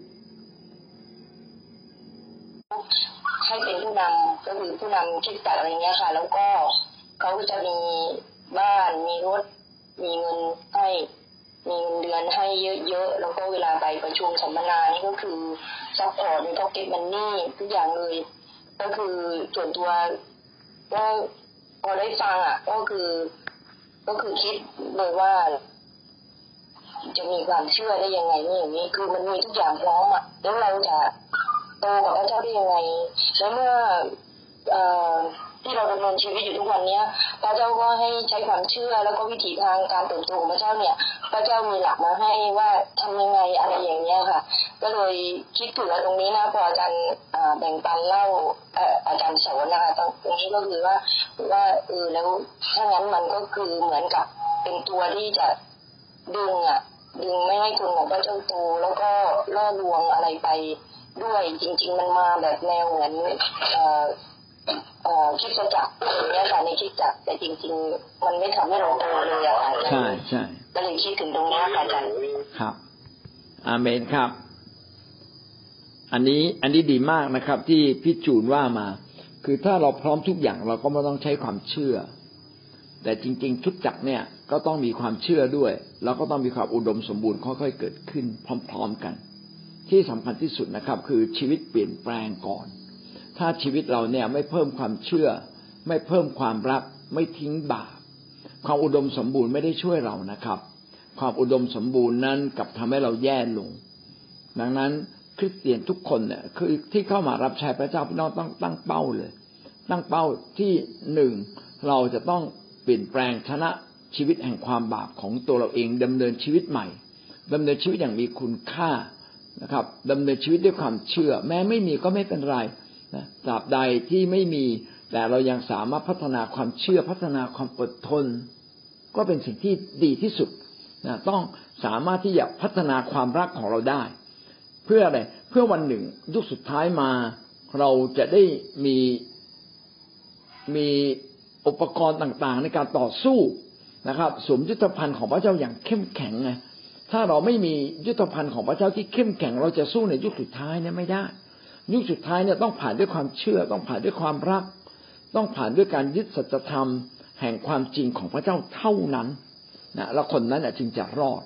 B: ให้เป็นผู้นำก็คือผู้นำคิดจักอะไรเงี้ยค่ะแล้วก็เขาก็จะมีบ้านมีรถมีเงินให้มีเงินเดือนให้เยอะๆแล้วก็เวลาไปประชุมสัมมนานี่ก็คือซัพพอร์ตมีพ็อกเก็ตมันนี่ทุกอย่างเลยก็คือส่วนตัวก็พอได้ฟังอ่ะก็คือก็คือคิดเลยว่าจะมีความเชื่อได้ยังไงนี่อย่างนี้คือมันมีทุกอย่างพร้อมอ่ะแล้วเราจะโตกับพระเจ้าได้ยังไงแล้วเมื่อที่เราดำเนินชีวิตอยู่ทุกวันนี้พระเจ้าก็ให้ใช้ความเชื่อแล้วก็วิถีทางการเติบโตของพระเจ้าเนี่ยพระเจ้ามีหลักมาให้ว่าทำยังไงอะไรอย่างเงี้ยค่ะก็เลยคิดถึงตรงนี้นะพออาจารย์แบ่งปันเล่าอาจารย์สอนนะคะตรงนี้ก็คือว่าว่าเออแล้วถ้างั้นมันก็คือเหมือนกับเป็นตัวที่จะดึงอ่ะดึงไม่ให้คนของพระเจ้าโตแล้วก็ล่อลวงอะไรไปด้วยจริงๆมันมาแบบแนวเหมือนเอ่อเอ่อคิดจักรอย่างเงี้ยค่ะในคิดจักรแต่จริงๆมันไม่ทำให้เราโตเลยอะค่ะใช่ใช่ก็เลยคิดถึงตรงนี้ค่ะอาจารย์
A: ครับอาเมนครับอันนี้อันนี้ดีมากนะครับที่พี่จูนว่ามาคือถ้าเราพร้อมทุกอย่างเราก็ไม่ต้องใช้ความเชื่อแต่จริงๆทุกจักรเนี่ยก็ต้องมีความเชื่อด้วยแล้วก็ต้องมีความอุดมสมบูรณ์ค่อยๆเกิดขึ้นพร้อมๆกันที่สำคัญที่สุดนะครับคือชีวิตเปลี่ยนแปลงก่อนถ้าชีวิตเราเนี่ยไม่เพิ่มความเชื่อไม่เพิ่มความรักไม่ทิ้งบาปความอุดมสมบูรณ์ไม่ได้ช่วยเรานะครับความอุดมสมบูรณ์นั้นกลับทำให้เราแย่ลงดังนั้นคริสเตียนทุกคนเนี่ยคือที่เข้ามารับใช้พระเจ้าพี่น้องต้องตั้งเป้าเลยตั้งเป้าที่หนึ่งเราจะต้องเปลี่ยนแปลงชนะชีวิตแห่งความบาปของตัวเราเองดำเนินชีวิตใหม่ดำเนินชีวิตอย่างมีคุณค่านะครับดำเนินชีวิตด้วยความเชื่อแม้ไม่มีก็ไม่เป็นไรนะตราบใดที่ไม่มีแต่เรายังสามารถพัฒนาความเชื่อพัฒนาความอดทนก็เป็นสิ่งที่ดีที่สุดนะต้องสามารถที่จะพัฒนาความรักของเราได้เพื่ออะไรเพื่อวันหนึ่งยุคสุดท้ายมาเราจะได้มีมีอุปกรณ์ต่างๆในการต่อสู้นะครับสวมยุทธภัณฑ์ของพระเจ้าอย่างเข้มแข็งไงถ้าเราไม่มียุทธภัณฑ์ของพระเจ้าที่เข้มแข็งเราจะสู้ในยุคสุดท้ายเนี่ยไม่ได้ยุคสุดท้ายเนี่ยต้องผ่านด้วยความเชื่อต้องผ่านด้วยความรักต้องผ่านด้วยการยึดสัจธรรมแห่งความจริงของพระเจ้าเท่านั้นนะแล้วคนนั้นจึงจะรอด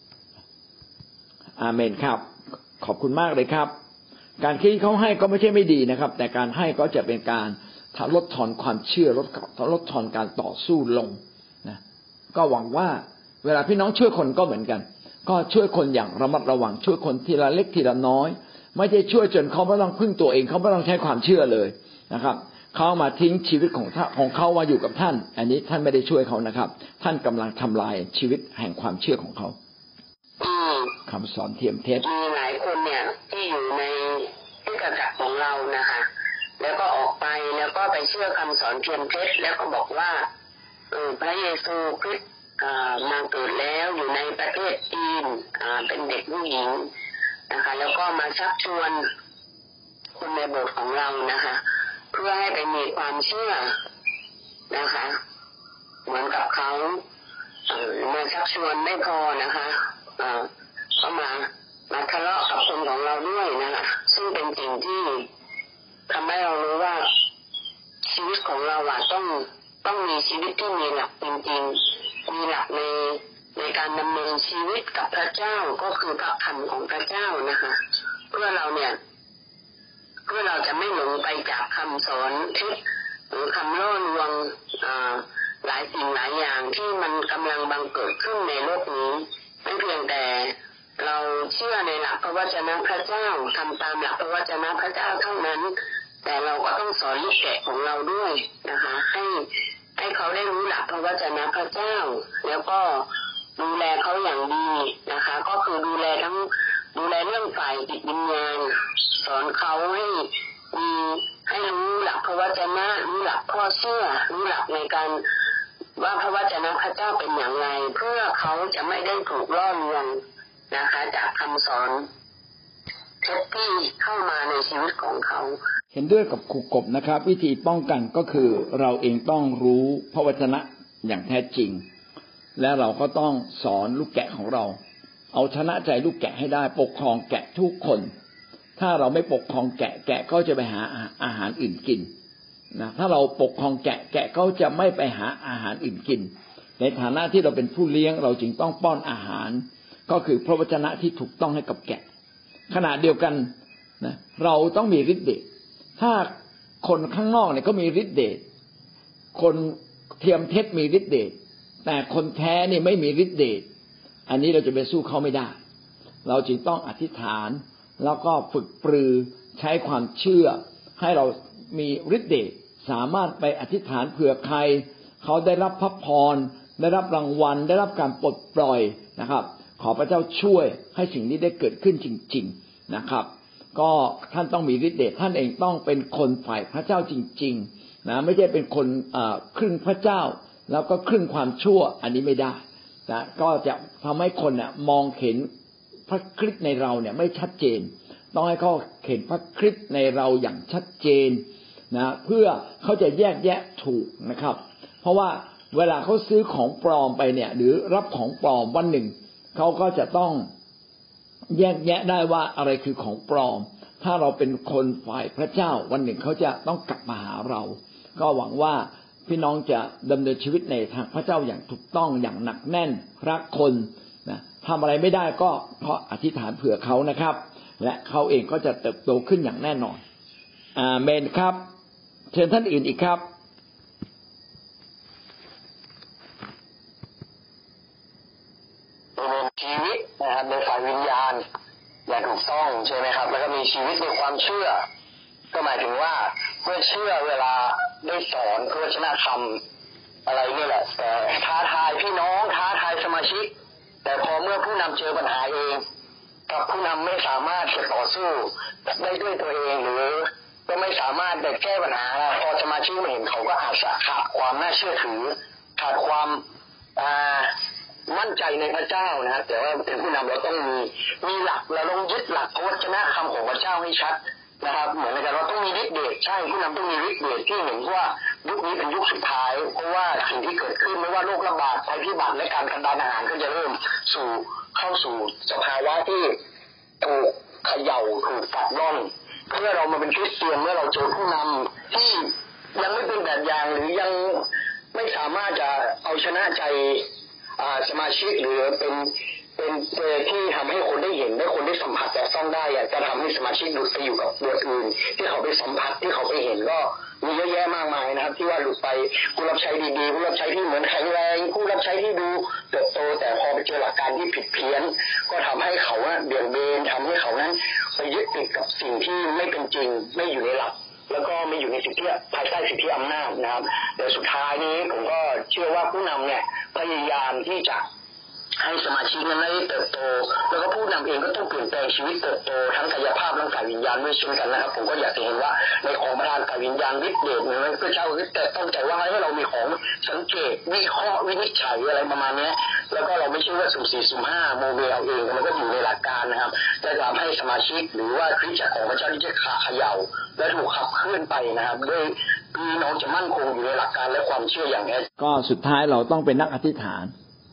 A: อาเมนครับขอบคุณมากเลยครับการที่เขาให้ก็ไม่ใช่ไม่ดีนะครับแต่การให้ก็จะเป็นการลดทอนความเชื่อลดลดทอนการต่อสู้ลงนะก็หวังว่าเวลาพี่น้องช่วยคนก็เหมือนกันก็ช่วยคนอย่างระมัดระวังช่วยคนทีละเล็กทีละน้อยไม่ใช่ช่วยจนเขาไม่ต้องพึ่งตัวเองเขาไม่ต้องใช้ความเชื่อเลยนะครับเขามาทิ้งชีวิตของของเขามาอยู่กับท่านอันนี้ท่านไม่ได้ช่วยเขานะครับท่านกำลังทำลายชีวิตแห่งความเชื่อของเขาคำสอนเทียมเท็จ
B: มีหลายคนเนี่ยที่อยู่ในที่กระจักของเรานะคะแล้วก็ออกไปแล้วก็ไปเชื่อคำสอนเทียมเท็จแล้วก็บอกว่าเออพระเยซูคริสต์มาเกิดแล้วอยู่ในประเทศจีนเป็นเด็กผู้หญิงนะคะแล้วก็มาชักชวนคนในโบสถ์ของเรานะคะเพื่อให้ไปมีความเชื่อนะคะเหมือนกับเขา
C: รือมาชักชวนไม่พอนะคะอ่าเขามามาทะเลาะกับคนของเราด้วยนะคะซึ่งเป็นสิ่งที่ทำให้เรารู้ว่าชีวิตของเราอะต้องต้องมีชีวิตที่มีหลักจริงๆมีหลักในในการดำเนินชีวิตกับพระเจ้าก็คือพระคำของพระเจ้านะคะเพื่อเราเนี่ยเพื่อเราจะไม่หลงไปจากคำสอนเท็จหรือคำล่อลวงหลายสิ่งหลายอย่างที่มันกำลังบังเกิดขึ้นในโลกนี้ไม่เพียงแต่เราเชื่อในหลักพระวจนะพระเจ้าทำตามหลักพระวจนะพระเจ้าเท่านั้นแต่เราก็ต้องสอนลูกแกะของเราด้วยนะคะให้ให้เขาได้รู้หลักพระวจนะพระเจ้าแล้วก็ดูแลเขาอย่างดีนะคะก็คือดูแลทั้งดูแลเรื่องฝ่ายจิตวิญญาณสอนเขาให้มีให้รู้หลักพระวจนะรู้หลักข้อเชื่อรู้หลักในการว่าพระวจนะพระเจ้าเป็นอย่างไรเพื่อเขาจะไม่ได้ถูกล่อลวงนะคะจากคำสอนเท็จที่เข้ามาในชีวิตของเขา
A: เห็นด้วยกับครูกบนะครับวิธีป้องกันก็คือเราเองต้องรู้พระวจนะอย่างแท้จริงและเราก็ต้องสอนลูกแกะของเราเอาชนะใจลูกแกะให้ได้ปกครองแกะทุกคนถ้าเราไม่ปกครองแกะแกะก็จะไปหาอาหารอื่นกินนะถ้าเราปกครองแกะแกะก็จะไม่ไปหาอาหารอื่นกินในฐานะที่เราเป็นผู้เลี้ยงเราจึงต้องป้อนอาหารก็คือพระวจนะที่ถูกต้องให้กับแกะขณะเดียวกันนะเราต้องมีฤทธิ์เดชถ้าคนข้างนอกเนี่ยก็มีฤทธิ์เดชคนเทียมเท็จมีฤทธิ์เดชแต่คนแท้นี่ไม่มีฤทธิ์เดชอันนี้เราจะไปสู้เขาไม่ได้เราจึงต้องอธิษฐานแล้วก็ฝึกปรือใช้ความเชื่อให้เรามีฤทธิ์เดชสามารถไปอธิษฐานเผื่อใครเขาได้รับพระพรได้รับรางวัลได้รับการปลดปล่อยนะครับขอพระเจ้าช่วยให้สิ่งนี้ได้เกิดขึ้นจริงๆนะครับก็ท่านต้องมีฤทธิ์เดชท่านเองต้องเป็นคนฝ่ายพระเจ้าจริงๆนะไม่ใช่เป็นคนครึ่งพระเจ้าแล้วก็ครึ่งความชั่วอันนี้ไม่ได้นะก็จะทำให้คนเนี่ยมองเห็นพระคริสต์ในเราเนี่ยไม่ชัดเจนต้องให้เขาเห็นพระคริสต์ในเราอย่างชัดเจนนะเพื่อเขาจะแยกแยะถูกนะครับเพราะว่าเวลาเขาซื้อของปลอมไปเนี่ยหรือรับของปลอมวันหนึ่งเขาก็จะต้องแยกแยะได้ว่าอะไรคือของปลอมถ้าเราเป็นคนฝ่ายพระเจ้าวันหนึ่งเขาจะต้องกลับมาหาเราก็หวังว่าพี่น้องจะดำเนินชีวิตในทางพระเจ้าอย่างถูกต้องอย่างหนักแน่นรักคนนะทำอะไรไม่ได้ก็เพราะอธิษฐานเผื่อเขานะครับและเขาเองก็จะเติบโตขึ้นอย่างแน่นอนอาเมนครับเชิญท่านอื่นอีกครับ
C: ชีวิตนะครับในฝ่ายวิญญาณอย่างถูกต้องใช่ไหมครับแล้วก็มีชีวิตในความเชื่อก็หมายถึงว่าเมื่อเชื่อเวลาได้สอนพระวจนะธรรมอะไรนี่แหละแต่ท้าทายพี่น้องท้าทายสมาชิกแต่พอเมื่อผู้นำเจอปัญหาเองกับผู้นำไม่สามารถจะต่อสู้ได้ด้วยตัวเองหรือก็ไม่สามารถจะแก้ปัญหาพอสมาชิกมาเห็นเขาก็อาจจะขาดความน่าเชื่อถือขาดความอ่ามั่นใจในพระเจ้านะครับแต่ว่าเป็นผู้นำเราต้องมีมีหลักเราต้องยึดหลักพระวจนะคำของพระเจ้าให้ชัดนะครับเหมือนกันเราต้องมีฤทธิ์เดชใช่ผู้นำต้องมีฤทธิ์เดชที่เห็นว่ายุคนี้เป็นยุคสุดท้ายเพราะว่าสิ่งที่เกิดขึ้นไม่ว่าโรคระบาดภัยพิบัติและการกันดารอาหารก็จะเริ่มสู่เข้าสู่สภาวะที่ถูกเขย่าถูกกัดร่อนเพื่อเรามาเป็นคริสเตียนเมื่อเราเจอผู้นำที่ยังไม่เป็นแบบอย่างหรือยังไม่สามารถจะเอาชนะใจสมาชิกหรือเป็นเป็นเจอที่ทำให้คนได้เห็นได้คนได้สัมผัสแต่ต้องได้จะทำให้สมาชิกหลุดไปอยู่กับตัวอื่นที่เขาไปสัมผัสที่เขาไปเห็นก็มีเยอะแยะมากมายนะครับที่ว่าหลุดไปผู้รับใช้ดีๆผู้รับใช้ที่เหมือนแข็งแรงผู้รับใช้ที่ดูเติบโตแต่พอไปเจอหลักการที่ผิดเพี้ยนก็ทำให้เขาเบี่ยงเบนทำให้เขานั้นไปยึดติดกับสิ่งที่ไม่เป็นจริงไม่อยู่ในหลักแล้วก็ไม่อยู่ในสิทธิภายใต้สิทธิอำนาจนะครับแต่สุดท้ายนี้ผมก็เชื่อว่าผู้นำเนี่ยพยายามที่จะให้สมาชิกนั้นได้เติบโตแล้วก็ผู้นำเองก็ต้องเปลี่ยนแปลงชีวิตเติบโตทั้งกายภาพและฝ่ายวิญญาณด้วยเช่นกันนะครับผมก็อยากจะเห็นว่าในของประทานฝ่ายวิญญาณฤทธิ์เดชเนี่ยพระเจ้าแต่ต้องใจว่าให้เรามีของสังเกตวิเคราะห์วินิจฉัยอะไรประมาณนี้แล้วก็เราไม่ใช่ว่าสุ่มสี่สุ่มห้าโมเดลเอาเองมันก็อยู่ในหลักการนะครับจะทำให้สมาชิกหรือว่าคริสตจักรของพระเจ้าที่จะขาเขย่าและถูกขับเคลื่อนไปนะครับด้วยพี่น้องจะมั่นคงอยู่ในหลักการและความเชื่ออย่างแท้
A: ก็สุดท้ายเราต้องเป็นนักอธิษฐาน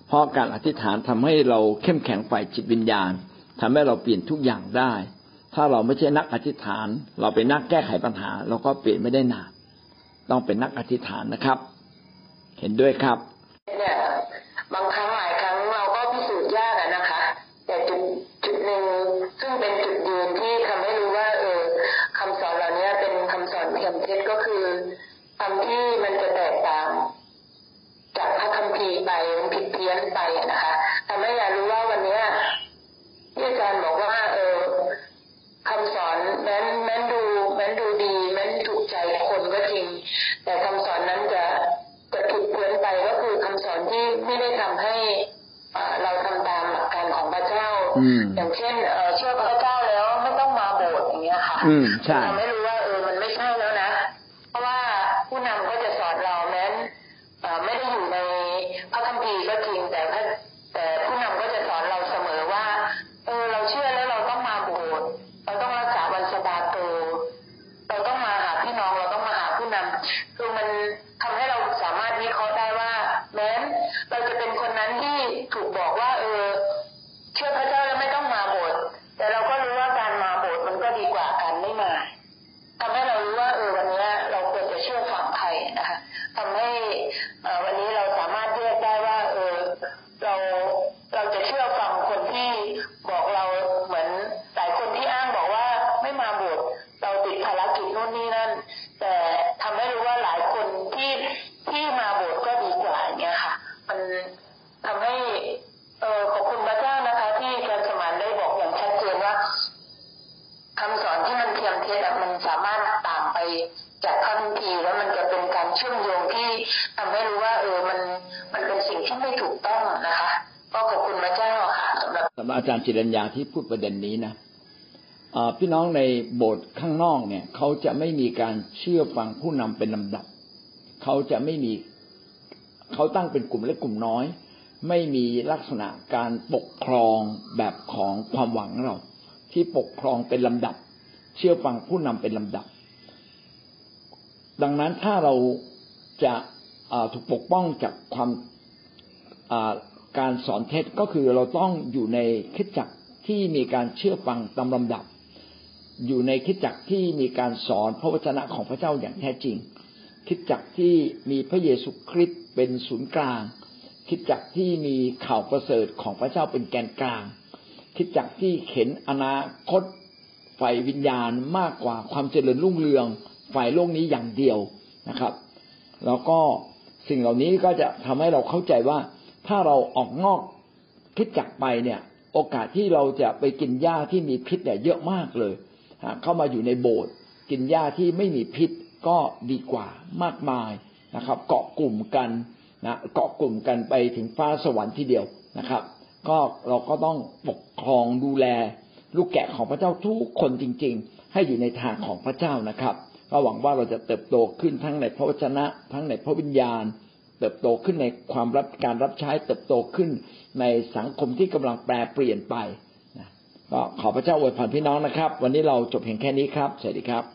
A: เพราะการอธิษฐานทำให้เราเข้มแข็งฝ่ายจิตวิญญาณทำให้เราเปลี่ยนทุกอย่างได้ถ้าเราไม่ใช่นักอธิษฐานเราเป็นนักแก้ไขปัญหาเราก็เปลี่ยนไม่ได้นานต้องเป็นนักอธิษฐานนะครับเห็นด้วยครับ
D: เนี่ยบางครั้งหลายครั้งเราก็พิสูจน์ยากนะคะแต่จุดจุดหนึ่งซึ่งเป็นจุดยืนที่ทำให้รู้ว่าเออคำสอนเหล่านี้เป็นคำสอนเทียมเท็จก็คือคำที่มันจะแตกต่างจากพระคัมภีร์ไปมันผิดเพี้ยนไปนะคะทำให้อยากรู้ว่าวันนี้ที่อาจารย์บอกว่าเออคำสอนแม้นแม้นดูแม้นดูดีแม้นถูกใจคนก็จริงแต่คำสอนนั้นจะจะผิดเพี้ยนไปก็คือคำสอนที่ไม่ได้ทำให้เราทำตามหลักการของพระเจ้าอย่างเช่นเชื่อพระเจ้าแล้วไม่ต้องมาโบสถ์อย่างเงี้ยค่ะทำให้รู้ว่าเออมันไม่ใช่แล้วนะเพราะว่าผู้นำก็จะสอนเราแม้นไม่ได้อยู่ในพระคัมภีร์ก็จริงแต่แต่ผู้นำก็จะสอนเราเสมอว่าเออเราเชื่อแล้วเราต้องมาโบสถ์เราต้องรักษาวันสะบาโตเราต้องมาหาพี่น้องเราต้องมาหาผู้นำคือมันทำให้เราสามารถวิเคราะห์ได้ว่าแม้เราจะเป็นคนนั้นที่ถูกบอกว่าเออเชื่อพระเจ้าแล้วไม่ต้องมาโบสถ์แต่เราก็รู้ว่าการมาโบสถ์มันก็ดีกว่าการไม่มาทำให้เรารู้ว่าเออวันนี้เราควรจะเชื่อฟังใครนะคะทำให้วันนี้เราสามารถแยกได้ว่าเออเราเราจะเชื่อฟังคนที่บอกเราเหมือนหลายคนที่อ้างบอกว่าไม่มาโบสถ์เราติดภารกิจโน่นนี่นั่นแต่ทำให้รู้ว่าหลายคนที่ที่มาโบสถ์ก็ดีกว่าอย่างเงี้ยค่ะมันทำให้เออขอบคุณพระเจ้านะคะที่อาจารย์สมานได้บอกอย่างชัดเจนว่าคำสอนที่มันเทียมเท็จมันสามารถต่างไปจากพระคัมภีร์แล้วมันจะเป็นการเชื่อมโยงที่ทำให้รู้ว่าเออมันมันเป็นสิ่งที่ไม่ถูกต้องนะคะก็ขอบคุณพระเจ้าค่ะสำหรับ
A: สำหรับอาจารย์จิรัญญาที่พูดประเด็นนี้นะพี่น้องในโบสถ์ข้างนอกเนี่ยเขาจะไม่มีการเชื่อฟังผู้นำเป็นลำดับเขาจะไม่มีเขาตั้งเป็นกลุ่มเล็กกลุ่มน้อยไม่มีลักษณะการปกครองแบบของความหวังเราที่ปกครองเป็นลำดับเชื่อฟังผู้นำเป็นลำดับดังนั้นถ้าเราจะถูกปกป้องจากความการสอนเท็จก็คือเราต้องอยู่ในคริสตจักรที่มีการเชื่อฟังตามลำดับอยู่ในคริสตจักรที่มีการสอนพระวจนะของพระเจ้าอย่างแท้จริงคริสตจักรที่มีพระเยซูคริสต์เป็นศูนย์กลางคริสตจักรที่มีข่าวประเสริฐของพระเจ้าเป็นแกนกลางคริสตจักรที่เข็นอนาคตฝ่ายวิญญาณมากกว่าความเจริญรุ่งเรืองฝ่ายโลกนี้อย่างเดียวนะครับแล้วก็สิ่งเหล่านี้ก็จะทำให้เราเข้าใจว่าถ้าเราออกนอกคริสตจักรไปเนี่ยโอกาสที่เราจะไปกินหญ้าที่มีพิษเนี่ยเยอะมากเลยเข้ามาอยู่ในโบสถ์กินหญ้าที่ไม่มีพิษก็ดีกว่ามากมายนะครับเกาะกลุ่มกันนะเกาะกลุ่มกันไปถึงฟ้าสวรรค์ทีเดียวนะครับก็เราก็ต้องปกครองดูแลลูกแกะของพระเจ้าทุกคนจริงๆให้อยู่ในทางของพระเจ้านะครับก็หวังว่าเราจะเติบโตขึ้นทั้งในพระวจนะทั้งในพระวิญญาณเติบโตขึ้นในความรับการรับใช้เติบโตขึ้นในสังคมที่กำลังแปรเปลี่ยนไปนะก็ขอพระเจ้าอวยพรพี่น้องนะครับวันนี้เราจบเพียงแค่นี้ครับสวัสดีครับ